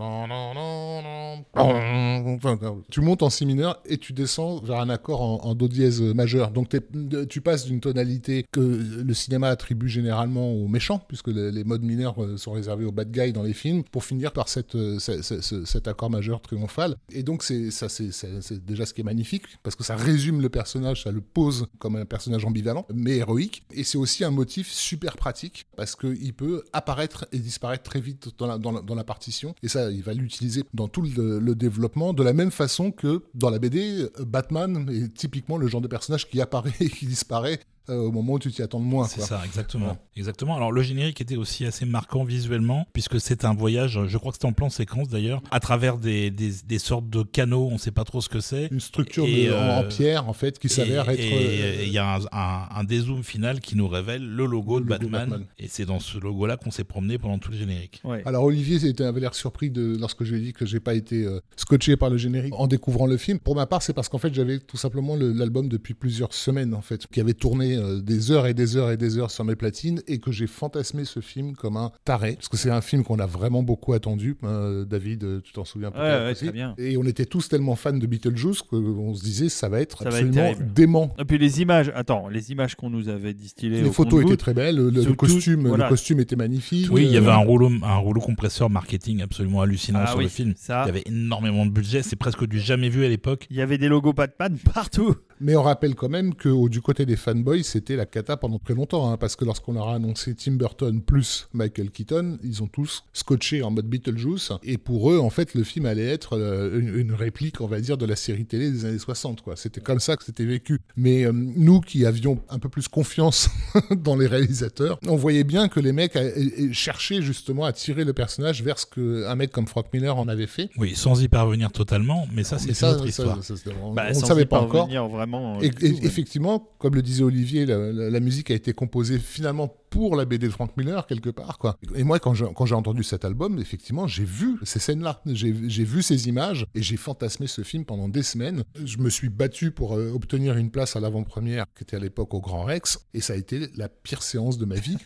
Tu montes en si mineur et tu descends vers un accord en do dièse majeur. Donc tu passes d'une tonalité que le cinéma attribue généralement aux méchants, puisque les modes mineurs sont réservés aux bad guys dans les films, pour finir par cet accord majeur triomphal. Et donc c'est déjà ce qui est magnifique, parce que ça résume le personnage, ça le pose comme un personnage ambivalent, mais héroïque. Et c'est aussi un motif super pratique, parce qu'il peut apparaître et disparaître très vite dans la partition. Et ça, il va l'utiliser dans tout le développement, de la même façon que dans la BD, Batman est typiquement le genre de personnage qui apparaît et qui disparaît au moment où tu t'y attends le moins. C'est quoi. ça, exactement. Ouais. Exactement. Alors le générique était aussi assez marquant visuellement, puisque c'est un voyage, je crois que c'était en plan séquence d'ailleurs, à travers des sortes de canaux, on ne sait pas trop ce que c'est. Une structure Et, en pierre, en fait, qui s'avère être... Et il y a un dézoom final qui nous révèle le logo de Batman. Et c'est dans ce logo-là qu'on s'est promené pendant tout le générique. Ouais. Alors Olivier avait l'air surpris lorsque je lui ai dit que j'ai pas été scotché par le générique en découvrant le film. Pour ma part, c'est parce qu'en fait, j'avais tout simplement l'album depuis plusieurs semaines, en fait, qui avait tourné des heures et des heures et des heures sur mes platines et que j'ai fantasmé ce film comme un taré. Parce que c'est un film qu'on a vraiment beaucoup attendu. David, tu t'en souviens peut-être Ouais, aussi. très bien. Et on était tous tellement fans de Beetlejuice qu'on se disait ça va être absolument terrible. dément. Et puis les images qu'on nous avait distillées. Les photos étaient très belles, le costume, voilà. le costume était magnifique. Oui, il y avait un rouleau compresseur marketing absolument hallucinant sur oui, le film. ça. Il y avait énormément de budget, c'est presque du jamais vu à l'époque. Il y avait des logos Batman partout. Mais on rappelle quand même que du côté des fanboys, c'était la cata pendant très longtemps, parce que lorsqu'on leur a annoncé Tim Burton plus Michael Keaton, ils ont tous scotché en mode Beetlejuice, et pour eux, en fait, le film allait être une réplique, on va dire, de la série télé des années 60, quoi. C'était comme ça que c'était vécu. Mais nous qui avions un peu plus confiance dans les réalisateurs, on voyait bien que les mecs cherchaient justement à tirer le personnage vers ce qu'un mec comme Frank Miller en avait fait. Oui, sans y parvenir totalement, mais ça, c'est une autre histoire. On ne savait pas encore. Et effectivement, comme le disait Olivier, la musique a été composée finalement pour la BD de Frank Miller, quelque part, quoi. Et moi, quand j'ai entendu cet album, effectivement, j'ai vu ces scènes-là. J'ai vu ces images et j'ai fantasmé ce film pendant des semaines. Je me suis battu pour obtenir une place à l'avant-première, qui était à l'époque au Grand Rex, et ça a été la pire séance de ma vie.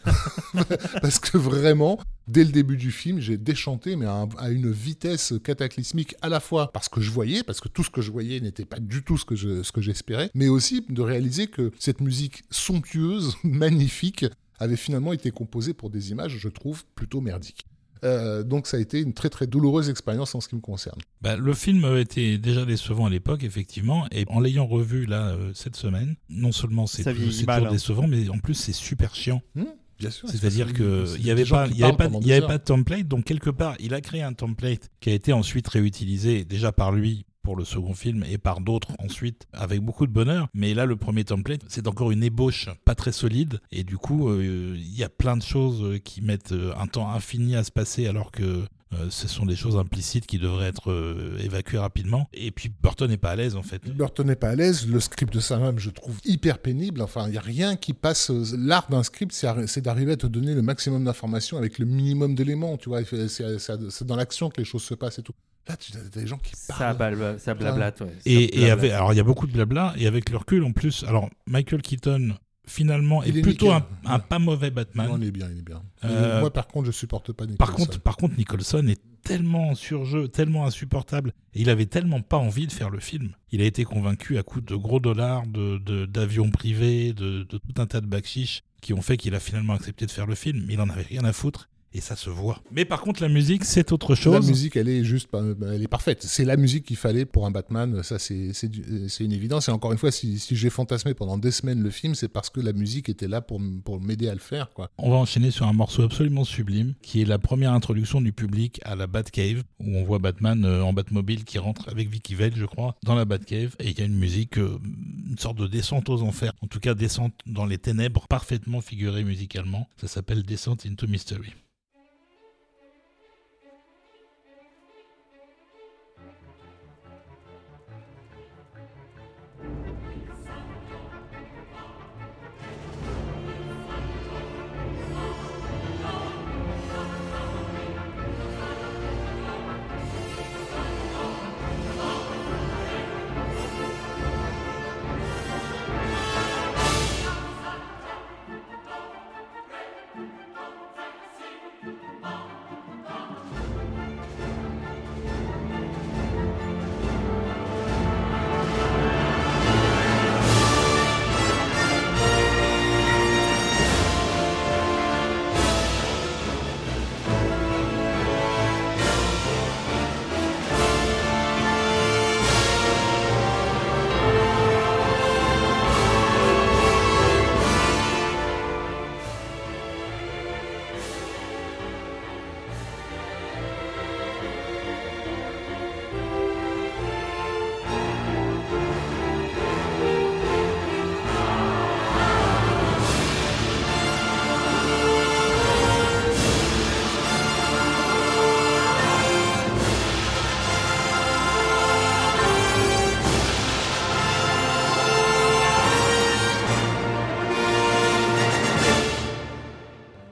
Parce que vraiment, dès le début du film, j'ai déchanté, mais à une vitesse cataclysmique, à la fois parce que je voyais, parce que tout ce que je voyais n'était pas du tout ce que j'espérais, mais aussi de réaliser que cette musique somptueuse, magnifique, avait finalement été composée pour des images, je trouve, plutôt merdiques. Donc ça a été une très très douloureuse expérience en ce qui me concerne. Le film était déjà décevant à l'époque, effectivement, et en l'ayant revu là cette semaine, non seulement c'est toujours décevant, mais en plus c'est super chiant. Bien sûr. C'est-à-dire qu'il n'y avait pas de template, donc quelque part, il a créé un template qui a été ensuite réutilisé déjà par lui pour le second film et par d'autres ensuite avec beaucoup de bonheur, mais là le premier template c'est encore une ébauche pas très solide et du coup il y a plein de choses qui mettent un temps infini à se passer alors que ce sont des choses implicites qui devraient être évacuées rapidement. Et puis Burton n'est pas à l'aise en fait. Burton n'est pas à l'aise. Le script de Sam, je trouve hyper pénible. Enfin, il n'y a rien qui passe. L'art d'un script, c'est d'arriver à te donner le maximum d'informations avec le minimum d'éléments. Tu vois, c'est dans l'action que les choses se passent et tout. Là, tu as des gens qui parlent. Ça blablate, ouais. Alors, il y a beaucoup de blabla. Et avec le recul, en plus, alors Michael Keaton, finalement, est plutôt un pas mauvais Batman. Non, il est bien. Moi, par contre, je supporte pas Nicholson. Par contre, Nicholson est tellement en surjeu, tellement insupportable. Et il avait tellement pas envie de faire le film. Il a été convaincu à coups de gros dollars, d'avions privés, de tout un tas de bakshish qui ont fait qu'il a finalement accepté de faire le film. Mais il en avait rien à foutre. Et ça se voit. Mais par contre, la musique, c'est autre chose. La musique, elle est parfaite. C'est la musique qu'il fallait pour un Batman. Ça, c'est une évidence. Et encore une fois, si j'ai fantasmé pendant des semaines le film, c'est parce que la musique était là pour m'aider à le faire, quoi. On va enchaîner sur un morceau absolument sublime, qui est la première introduction du public à la Batcave, où on voit Batman en Batmobile qui rentre avec Vicky Vale, je crois, dans la Batcave. Et il y a une musique, une sorte de descente aux enfers. En tout cas, descente dans les ténèbres, parfaitement figurée musicalement. Ça s'appelle Descent into Mystery.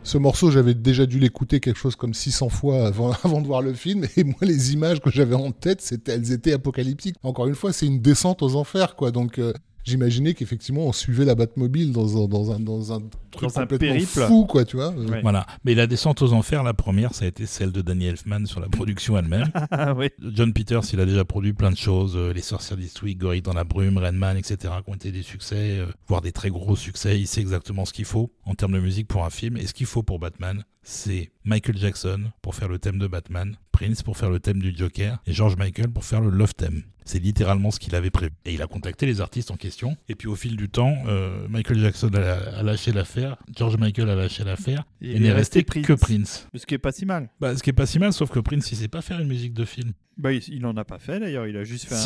Ce morceau, j'avais déjà dû l'écouter quelque chose comme 600 fois avant de voir le film, et moi, les images que j'avais en tête, elles étaient apocalyptiques. Encore une fois, c'est une descente aux enfers, quoi. Donc, j'imaginais qu'effectivement, on suivait la Batmobile dans un truc complètement périple fou, quoi, tu vois. Ouais. Voilà. Mais la descente aux enfers, la première, ça a été celle de Danny Elfman sur la production elle-même. Ah oui. John Peters, il a déjà produit plein de choses, Les Sorcières d'Eastwick, Gorille dans la brume, Rain Man, etc., qui ont été des succès, voire des très gros succès. Il sait exactement ce qu'il faut en termes de musique pour un film. Et ce qu'il faut pour Batman, c'est Michael Jackson pour faire le thème de Batman, Prince pour faire le thème du Joker, et George Michael pour faire le Love Theme. C'est littéralement ce qu'il avait prévu. Et il a contacté les artistes en question. Et puis au fil du temps, Michael Jackson a lâché l'affaire, George Michael a lâché l'affaire, et il n'est resté que Prince. Ce qui est pas si mal. Ce qui est pas si mal, sauf que Prince, il sait pas faire une musique de film. Il en a pas fait d'ailleurs, il a juste fait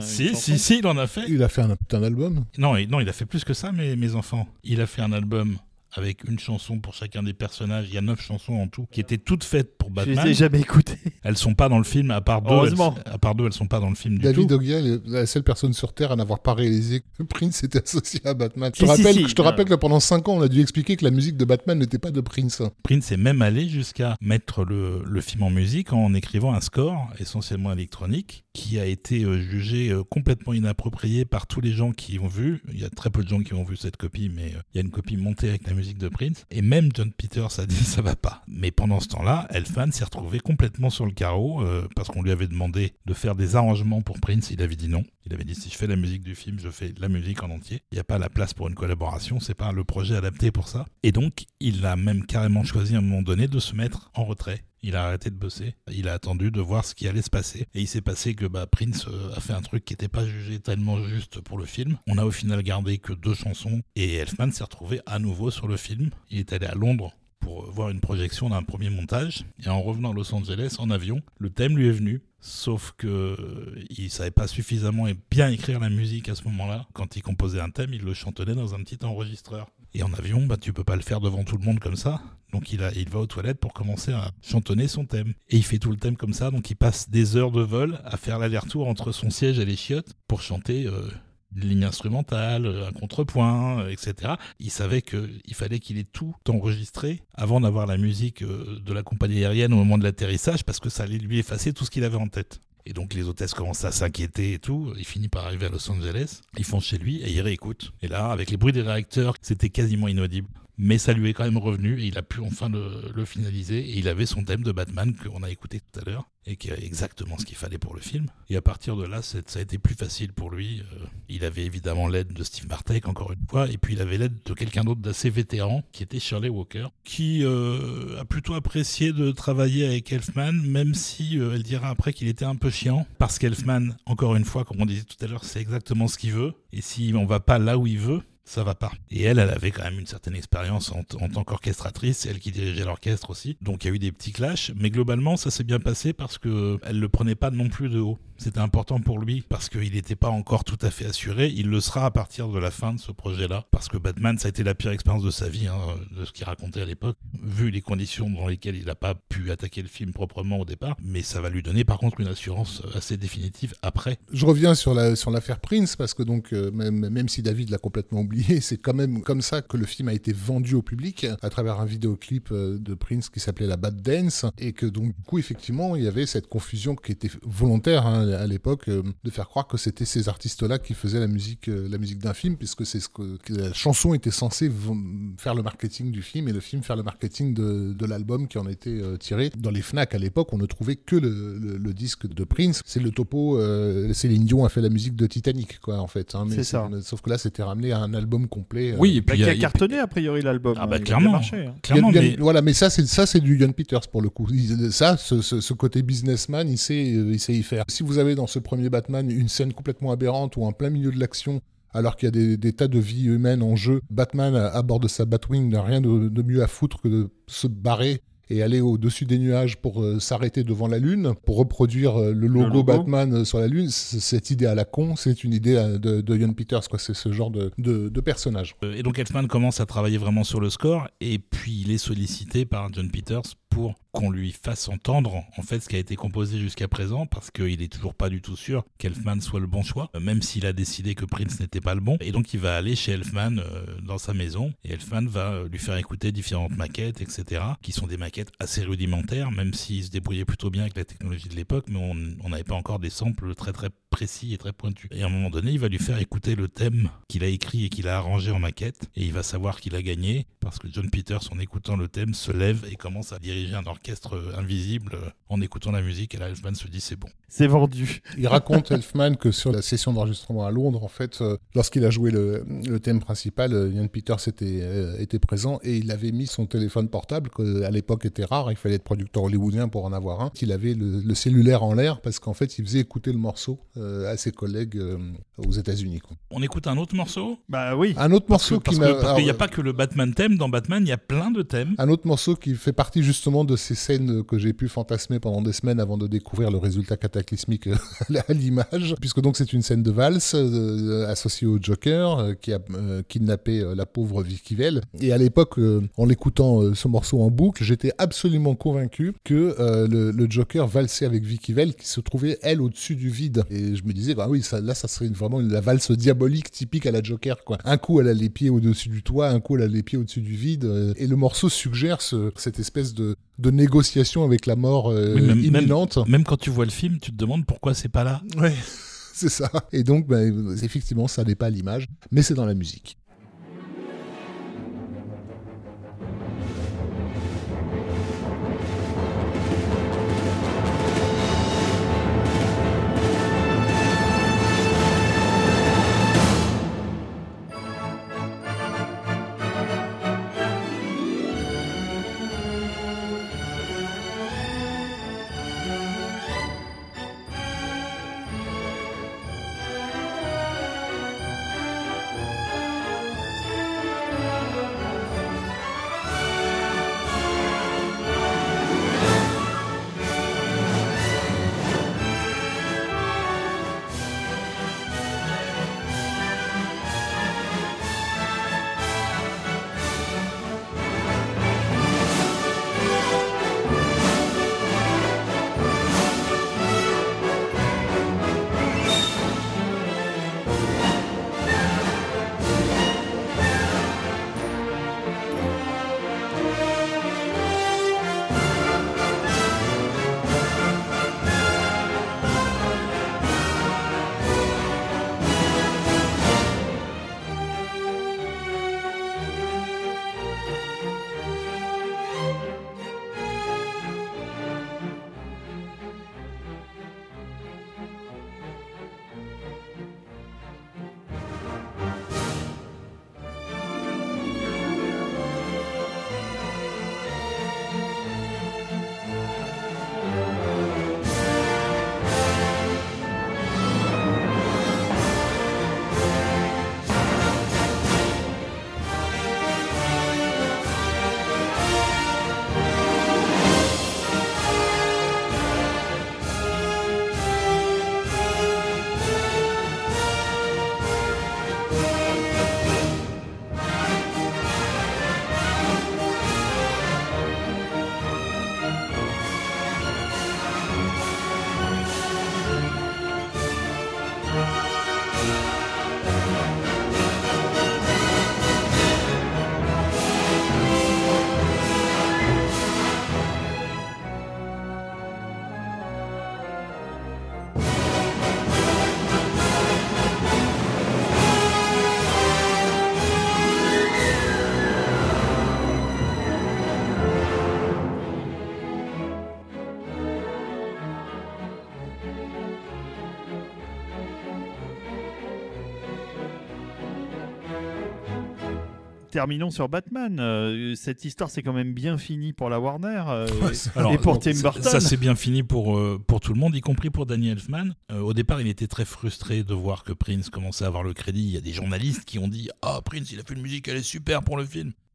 Si, il en a fait. Il a fait un putain d'album. Non, il a fait plus que ça, mes enfants. Il a fait un album avec une chanson pour chacun des personnages. Il y a 9 chansons en tout, qui étaient toutes faites pour Batman. Je les ai jamais écoutées. Elles sont pas dans le film, à part deux. Heureusement. Elles sont pas dans le film du David tout. Ogia est la seule personne sur Terre à n'avoir pas réalisé que Prince était associé à Batman. Si, Je te rappelle que pendant 5 ans, on a dû expliquer que la musique de Batman n'était pas de Prince. Prince est même allé jusqu'à mettre le film en musique en écrivant un score, essentiellement électronique, qui a été jugé complètement inapproprié par tous les gens qui ont vu. Il y a très peu de gens qui ont vu cette copie, mais il y a une copie montée avec la musique de Prince. Et même John Peters a dit ça va pas. Mais pendant ce temps-là, Elfman s'est retrouvé complètement sur le carreau parce qu'on lui avait demandé de faire des arrangements pour Prince. Il avait dit non. Il avait dit si je fais la musique du film, je fais la musique en entier. Il n'y a pas la place pour une collaboration, c'est pas le projet adapté pour ça. Et donc, il a même carrément choisi à un moment donné de se mettre en retrait. Il a arrêté de bosser, il a attendu de voir ce qui allait se passer. Et il s'est passé que Prince a fait un truc qui n'était pas jugé tellement juste pour le film. On a au final gardé que 2 chansons et Elfman s'est retrouvé à nouveau sur le film. Il est allé à Londres pour voir une projection d'un premier montage. Et en revenant à Los Angeles en avion, le thème lui est venu. Sauf que il savait pas suffisamment et bien écrire la musique à ce moment-là. Quand il composait un thème, il le chantonnait dans un petit enregistreur. Et en avion, tu peux pas le faire devant tout le monde comme ça. Donc il va aux toilettes pour commencer à chantonner son thème. Et il fait tout le thème comme ça. Donc il passe des heures de vol à faire l'aller-retour entre son siège et les chiottes pour chanter une ligne instrumentale, un contrepoint, etc. Il savait qu'il fallait qu'il ait tout enregistré avant d'avoir la musique de la compagnie aérienne au moment de l'atterrissage parce que ça allait lui effacer tout ce qu'il avait en tête. Et donc les hôtesses commencent à s'inquiéter et tout. Il finit par arriver à Los Angeles. Ils foncent chez lui et ils réécoutent. Et là, avec les bruits des réacteurs, c'était quasiment inaudible. Mais ça lui est quand même revenu et il a pu enfin le finaliser. Et il avait son thème de Batman qu'on a écouté tout à l'heure et qui est exactement ce qu'il fallait pour le film. Et à partir de là, ça a été plus facile pour lui. Il avait évidemment l'aide de Steve Martek, encore une fois, et puis il avait l'aide de quelqu'un d'autre d'assez vétéran, qui était Shirley Walker, qui a plutôt apprécié de travailler avec Elfman, même si elle dira après qu'il était un peu chiant, parce qu'Elfman, encore une fois, comme on disait tout à l'heure, c'est exactement ce qu'il veut, et si on va pas là où il veut, ça va pas. Et elle avait quand même une certaine expérience en tant qu'orchestratrice, c'est elle qui dirigeait l'orchestre aussi. Donc il y a eu des petits clashs, mais globalement ça s'est bien passé parce que elle le prenait pas non plus de haut. C'était important pour lui parce qu'il n'était pas encore tout à fait assuré. Il le sera à partir de la fin de ce projet-là. Parce que Batman, ça a été la pire expérience de sa vie, de ce qu'il racontait à l'époque, vu les conditions dans lesquelles il n'a pas pu attaquer le film proprement au départ. Mais ça va lui donner par contre une assurance assez définitive après. Je reviens sur l'affaire Prince parce que donc même si David l'a complètement oublié, c'est quand même comme ça que le film a été vendu au public à travers un vidéoclip de Prince qui s'appelait La Bad Dance et que donc du coup effectivement il y avait cette confusion qui était volontaire à l'époque de faire croire que c'était ces artistes-là qui faisaient la musique d'un film puisque c'est que la chanson était censée faire le marketing du film et le film faire le marketing de l'album qui en était tiré. Dans les Fnac à l'époque on ne trouvait que le disque de Prince. C'est le topo Céline Dion a fait la musique de Titanic quoi en fait. Mais c'est ça. Sauf que là c'était ramené à un album complet. Oui, et puis qui a cartonné a priori l'album. Ah clairement. Marché, Clairement, mais... Voilà, mais ça c'est du John Peters pour le coup. Ce côté businessman, il sait y faire. Si vous avez dans ce premier Batman une scène complètement aberrante ou en plein milieu de l'action, alors qu'il y a des tas de vies humaines en jeu, Batman à bord de sa Batwing n'a rien de mieux à foutre que de se barrer et aller au-dessus des nuages pour s'arrêter devant la Lune, pour reproduire le logo Batman sur la Lune, cette idée à la con, c'est une idée de Ian Peters, quoi. C'est ce genre de personnage. Et donc Elfman commence à travailler vraiment sur le score, et puis il est sollicité par John Peters pour qu'on lui fasse entendre en fait ce qui a été composé jusqu'à présent, parce qu'il est toujours pas du tout sûr qu'Elfman soit le bon choix, même s'il a décidé que Prince n'était pas le bon. Et donc il va aller chez Elfman dans sa maison, et Elfman va lui faire écouter différentes maquettes, etc., qui sont des maquettes assez rudimentaires, même s'il se débrouillait plutôt bien avec la technologie de l'époque, mais on n'avait pas encore des samples très très précis et très pointus. Et à un moment donné, il va lui faire écouter le thème qu'il a écrit et qu'il a arrangé en maquette, et il va savoir qu'il a gagné, parce que John Peters, en écoutant le thème, se lève et commence à diriger un orchestre invisible en écoutant la musique, et là Elfman se dit c'est bon. C'est vendu. Il raconte Elfman que sur la session d'enregistrement à Londres, en fait, lorsqu'il a joué le thème principal, Ian Peters était présent, et il avait mis son téléphone portable, qui à l'époque était rare, il fallait être producteur hollywoodien pour en avoir un. Il avait le cellulaire en l'air parce qu'en fait il faisait écouter le morceau à ses collègues aux États-Unis, quoi. On écoute un autre morceau ? Bah oui. Un autre morceau parce qu'il n'y a pas que le Batman thème. Dans Batman, il y a plein de thèmes. Un autre morceau qui fait partie justement de ces scènes que j'ai pu fantasmer pendant des semaines avant de découvrir le résultat cataclysmique à l'image, puisque donc c'est une scène de valse associée au Joker qui a kidnappé la pauvre Vicky Vale. Et à l'époque, en l'écoutant ce morceau en boucle, j'étais absolument convaincu que le Joker valsait avec Vicky Vale, qui se trouvait elle au-dessus du vide. Et je me disais, bah oui, ça serait vraiment la valse diabolique typique à la Joker, quoi. Un coup elle a les pieds au-dessus du toit, un coup elle a les pieds au-dessus du vide, et le morceau suggère cette espèce de négociation avec la mort imminente. Même quand tu vois le film, tu te demandes pourquoi c'est pas là. Ouais, c'est ça. Et donc, effectivement, ça n'est pas à l'image, mais c'est dans la musique. Terminons sur Batman. Cette histoire, c'est quand même bien fini pour la Warner Alors, et pour Tim Burton. Ça, c'est bien fini pour tout le monde, y compris pour Danny Elfman. Au départ, il était très frustré de voir que Prince commençait à avoir le crédit. Il y a des journalistes qui ont dit « Ah, Prince, il a fait une musique, elle est super pour le film ».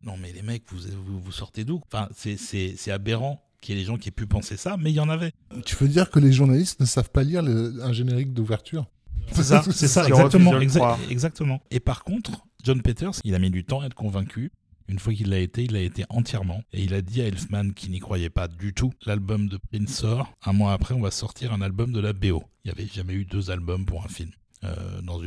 non mais les mecs, vous sortez d'où? Enfin, c'est aberrant qu'il y ait des gens qui aient pu penser ça, mais il y en avait. Tu veux dire que les journalistes ne savent pas lire un générique d'ouverture? C'est ça, exactement. Et par contre, John Peters, il a mis du temps à être convaincu. Une fois qu'il l'a été, il l'a été entièrement. Et il a dit à Elfman qu'il n'y croyait pas du tout. L'album de Prince sort. Un mois après, on va sortir un album de la BO. Il n'y avait jamais eu 2 albums pour un film. Dans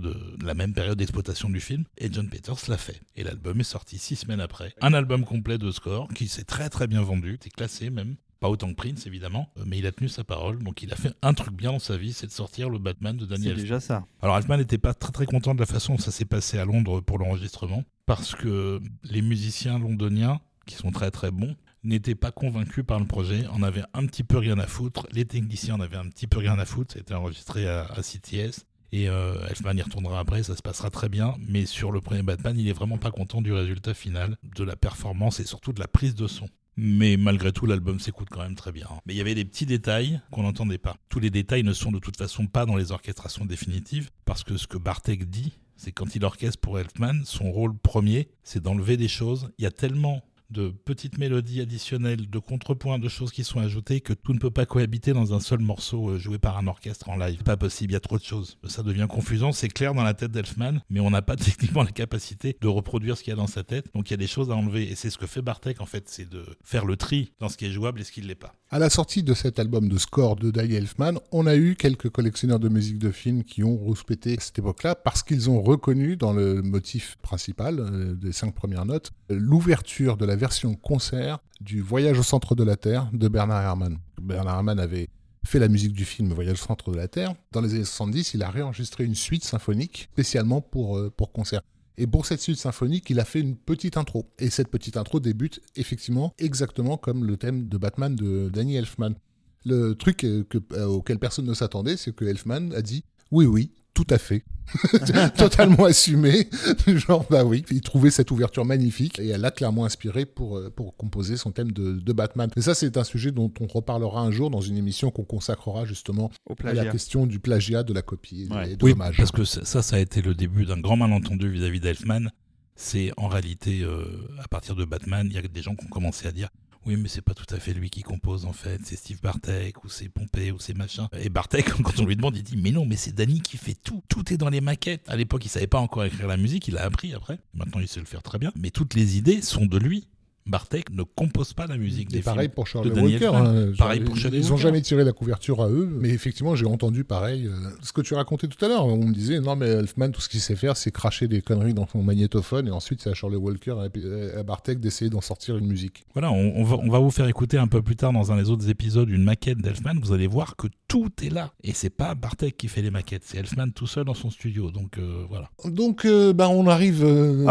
la même période d'exploitation du film. Et John Peters l'a fait. Et l'album est sorti 6 semaines après. Un album complet de score qui s'est très très bien vendu. C'est classé même. Pas autant que Prince, évidemment, mais il a tenu sa parole. Donc il a fait un truc bien dans sa vie, c'est de sortir le Batman de Danny Elfman. C'est déjà ça. Alors Elfman n'était pas très très content de la façon dont ça s'est passé à Londres pour l'enregistrement, parce que les musiciens londoniens, qui sont très très bons, n'étaient pas convaincus par le projet, en avaient un petit peu rien à foutre. Les techniciens en avaient un petit peu rien à foutre. C'était enregistré à CTS. Et Elfman y retournera après, ça se passera très bien. Mais sur le premier Batman, il est vraiment pas content du résultat final, de la performance et surtout de la prise de son. Mais malgré tout, l'album s'écoute quand même très bien. Mais il y avait des petits détails qu'on n'entendait pas. Tous les détails ne sont de toute façon pas dans les orchestrations définitives, parce que ce que Bartek dit, c'est quand il orchestre pour Elfman, son rôle premier, c'est d'enlever des choses. Il y a tellement de petites mélodies additionnelles, de contrepoints, de choses qui sont ajoutées, que tout ne peut pas cohabiter dans un seul morceau joué par un orchestre en live. C'est pas possible, il y a trop de choses. Ça devient confusant, c'est clair dans la tête d'Elfman, mais on n'a pas techniquement la capacité de reproduire ce qu'il y a dans sa tête, donc il y a des choses à enlever, et c'est ce que fait Bartek en fait, c'est de faire le tri dans ce qui est jouable et ce qui ne l'est pas. À la sortie de cet album de score de Danny Elfman, on a eu quelques collectionneurs de musique de film qui ont rouspété à cette époque-là parce qu'ils ont reconnu dans le motif principal des 5 premières notes l'ouverture de la version concert du Voyage au centre de la Terre de Bernard Herrmann. Bernard Herrmann avait fait la musique du film Voyage au centre de la Terre. Dans les années 70, il a réenregistré une suite symphonique spécialement pour concert. Et pour cette suite symphonique, il a fait une petite intro. Et cette petite intro débute effectivement exactement comme le thème de Batman de Danny Elfman. Le truc auquel personne ne s'attendait, c'est que Elfman a dit « oui, tout à fait ». Totalement assumé. Genre, bah oui, il trouvait cette ouverture magnifique et elle l'a clairement inspiré pour composer son thème de Batman. Et ça, c'est un sujet dont on reparlera un jour dans une émission qu'on consacrera justement à la question du plagiat, de la copie et de l'hommage. Parce que ça a été le début d'un grand malentendu vis-à-vis d'Elfman. C'est en réalité, à partir de Batman, il y a des gens qui ont commencé à dire oui, mais c'est pas tout à fait lui qui compose en fait, c'est Steve Bartek ou c'est Pompey ou c'est machin. Et Bartek, quand on lui demande, il dit mais non, mais c'est Danny qui fait tout est dans les maquettes. À l'époque, il savait pas encore écrire la musique, il a appris après. Maintenant, il sait le faire très bien. Mais toutes les idées sont de lui. Bartek ne compose pas la musique des pareil films pour Charlie de Danny Walker. Pareil pour Charlie Ils Walker. n'ont jamais tiré la couverture à eux, mais effectivement, j'ai entendu pareil. Ce que tu racontais tout à l'heure, on me disait non, mais Elfman, tout ce qu'il sait faire, c'est cracher des conneries dans son magnétophone, et ensuite c'est à Charlie Walker et à Bartek d'essayer d'en sortir une musique. Voilà, on va vous faire écouter un peu plus tard dans un des autres épisodes une maquette d'Elfman. Vous allez voir que tout est là, et c'est pas Bartek qui fait les maquettes, c'est Elfman tout seul dans son studio. Donc voilà. Donc on arrive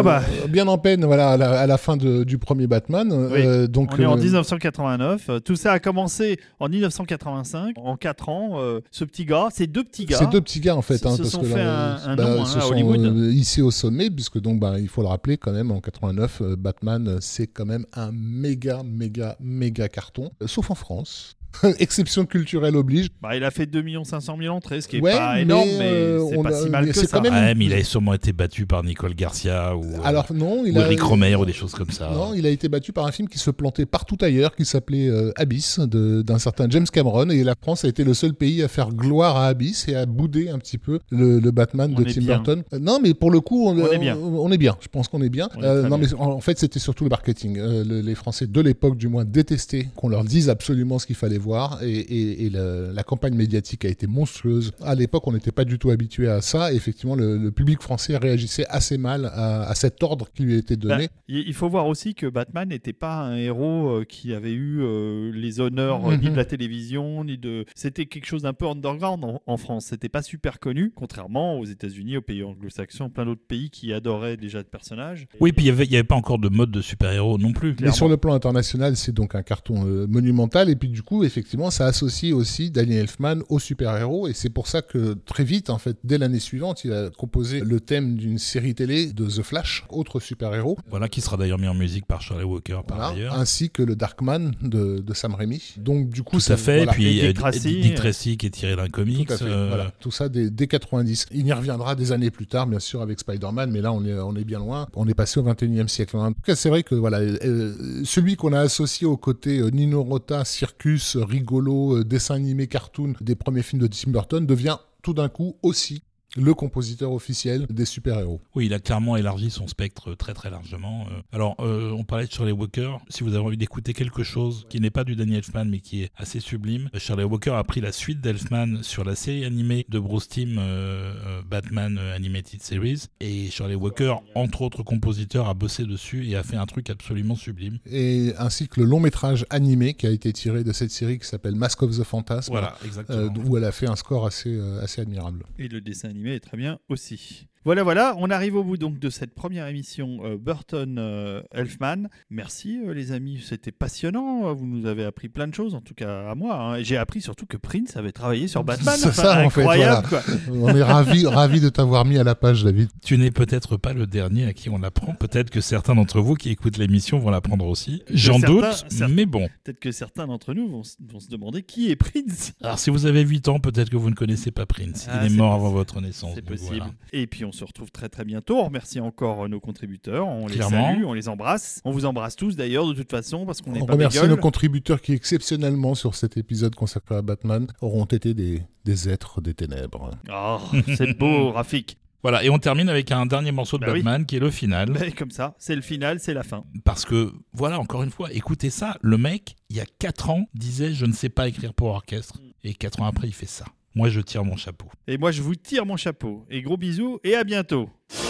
bien en peine, voilà, à la fin du premier Batman. Oui. Donc, on est en 1989. Tout ça a commencé en 1985. En 4 ans, ces deux petits gars en fait, se sont fait un nom à Hollywood. Ici au sommet, puisque donc il faut le rappeler quand même, en 89, Batman, c'est quand même un méga carton, sauf en France. Exception culturelle oblige. Il a fait 2 500 000 entrées, ce qui est pas énorme, mais c'est pas si mal que ça. Mais il a sûrement été battu par Nicole Garcia ou Eric Romer ou des choses comme ça. Non, il a été battu par un film qui se plantait partout ailleurs, qui s'appelait Abyss, d'un certain James Cameron, et la France a été le seul pays à faire gloire à Abyss et à bouder un petit peu le Batman de Tim Burton. Non, mais pour le coup, on est bien. Je pense qu'on est bien. Mais en fait, c'était surtout le marketing. Les Français de l'époque, du moins, détestaient qu'on leur dise absolument ce qu'il fallait voir, et la campagne médiatique a été monstrueuse. À l'époque, on n'était pas du tout habitué à ça, et effectivement, le public français réagissait assez mal à cet ordre qui lui a été donné. Il faut voir aussi que Batman n'était pas un héros qui avait eu les honneurs ni de la télévision, c'était quelque chose d'un peu underground en France. C'était pas super connu, contrairement aux États-Unis, aux pays anglo-saxons, plein d'autres pays qui adoraient déjà le personnage. Oui, puis il y avait pas encore de mode de super-héros non plus. Mais sur le plan international, c'est donc un carton monumental, et puis du coup, effectivement, ça associe aussi Danny Elfman aux super-héros, et c'est pour ça que très vite, en fait, dès l'année suivante, il a composé le thème d'une série télé de The Flash, autre super-héros. Voilà, qui sera d'ailleurs mis en musique par Charlie Walker par ailleurs. Ainsi que le Darkman de Sam Raimi. Donc du coup, tout à fait. Voilà. Et puis Dick Tracy qui est tiré d'un comics. Tout à fait. Voilà. Tout ça dès 90. Il y reviendra des années plus tard, bien sûr, avec Spider-Man, mais là, on est bien loin. On est passé au 21e siècle. En tout cas, c'est vrai que voilà, celui qu'on a associé au côté Nino Rota, circus, rigolo, dessin animé, cartoon des premiers films de Tim Burton devient tout d'un coup aussi le compositeur officiel des super-héros. Oui, il a clairement élargi son spectre très très largement. Alors, on parlait de Charlie Walker. Si vous avez envie d'écouter quelque chose qui n'est pas du Danny Elfman, mais qui est assez sublime, Charlie Walker a pris la suite d'Elfman sur la série animée de Bruce Timm, Batman Animated Series. Et Charlie Walker, entre autres compositeurs, a bossé dessus et a fait un truc absolument sublime. Et ainsi que le long-métrage animé qui a été tiré de cette série qui s'appelle Mask of the Phantasm. Voilà, exactement. Où elle a fait un score assez admirable. Et le dessin animé est très bien aussi. Voilà, on arrive au bout donc de cette première émission Burton-Elfman. Merci les amis, c'était passionnant, vous nous avez appris plein de choses, en tout cas à moi. Hein. J'ai appris surtout que Prince avait travaillé sur Batman. C'est ça, incroyable, en fait, voilà. On est ravis de t'avoir mis à la page, David. Tu n'es peut-être pas le dernier à qui on l'apprend, peut-être que certains d'entre vous qui écoutent l'émission vont l'apprendre aussi. J'en doute, mais bon. Peut-être que certains d'entre nous vont se demander qui est Prince. Alors si vous avez 8 ans, peut-être que vous ne connaissez pas Prince. Il est mort avant votre naissance. C'est possible. Voilà. Et puis on se retrouve très très bientôt. On remercie encore nos contributeurs. On les Clairement. salue, on les embrasse. On vous embrasse tous d'ailleurs de toute façon parce qu'on n'est pas remercie bégueules. nos contributeurs qui exceptionnellement sur cet épisode consacré à Batman auront été des êtres des ténèbres. Oh, c'est beau, Rafik. Voilà, et on termine avec un dernier morceau de Batman qui est le final. Comme ça, c'est le final, c'est la fin. Parce que, voilà, encore une fois, écoutez ça, le mec, il y a 4 ans, disait « je ne sais pas écrire pour orchestre ». Et 4 ans après, il fait ça. Moi, je tire mon chapeau. Et moi, je vous tire mon chapeau. Et gros bisous et à bientôt.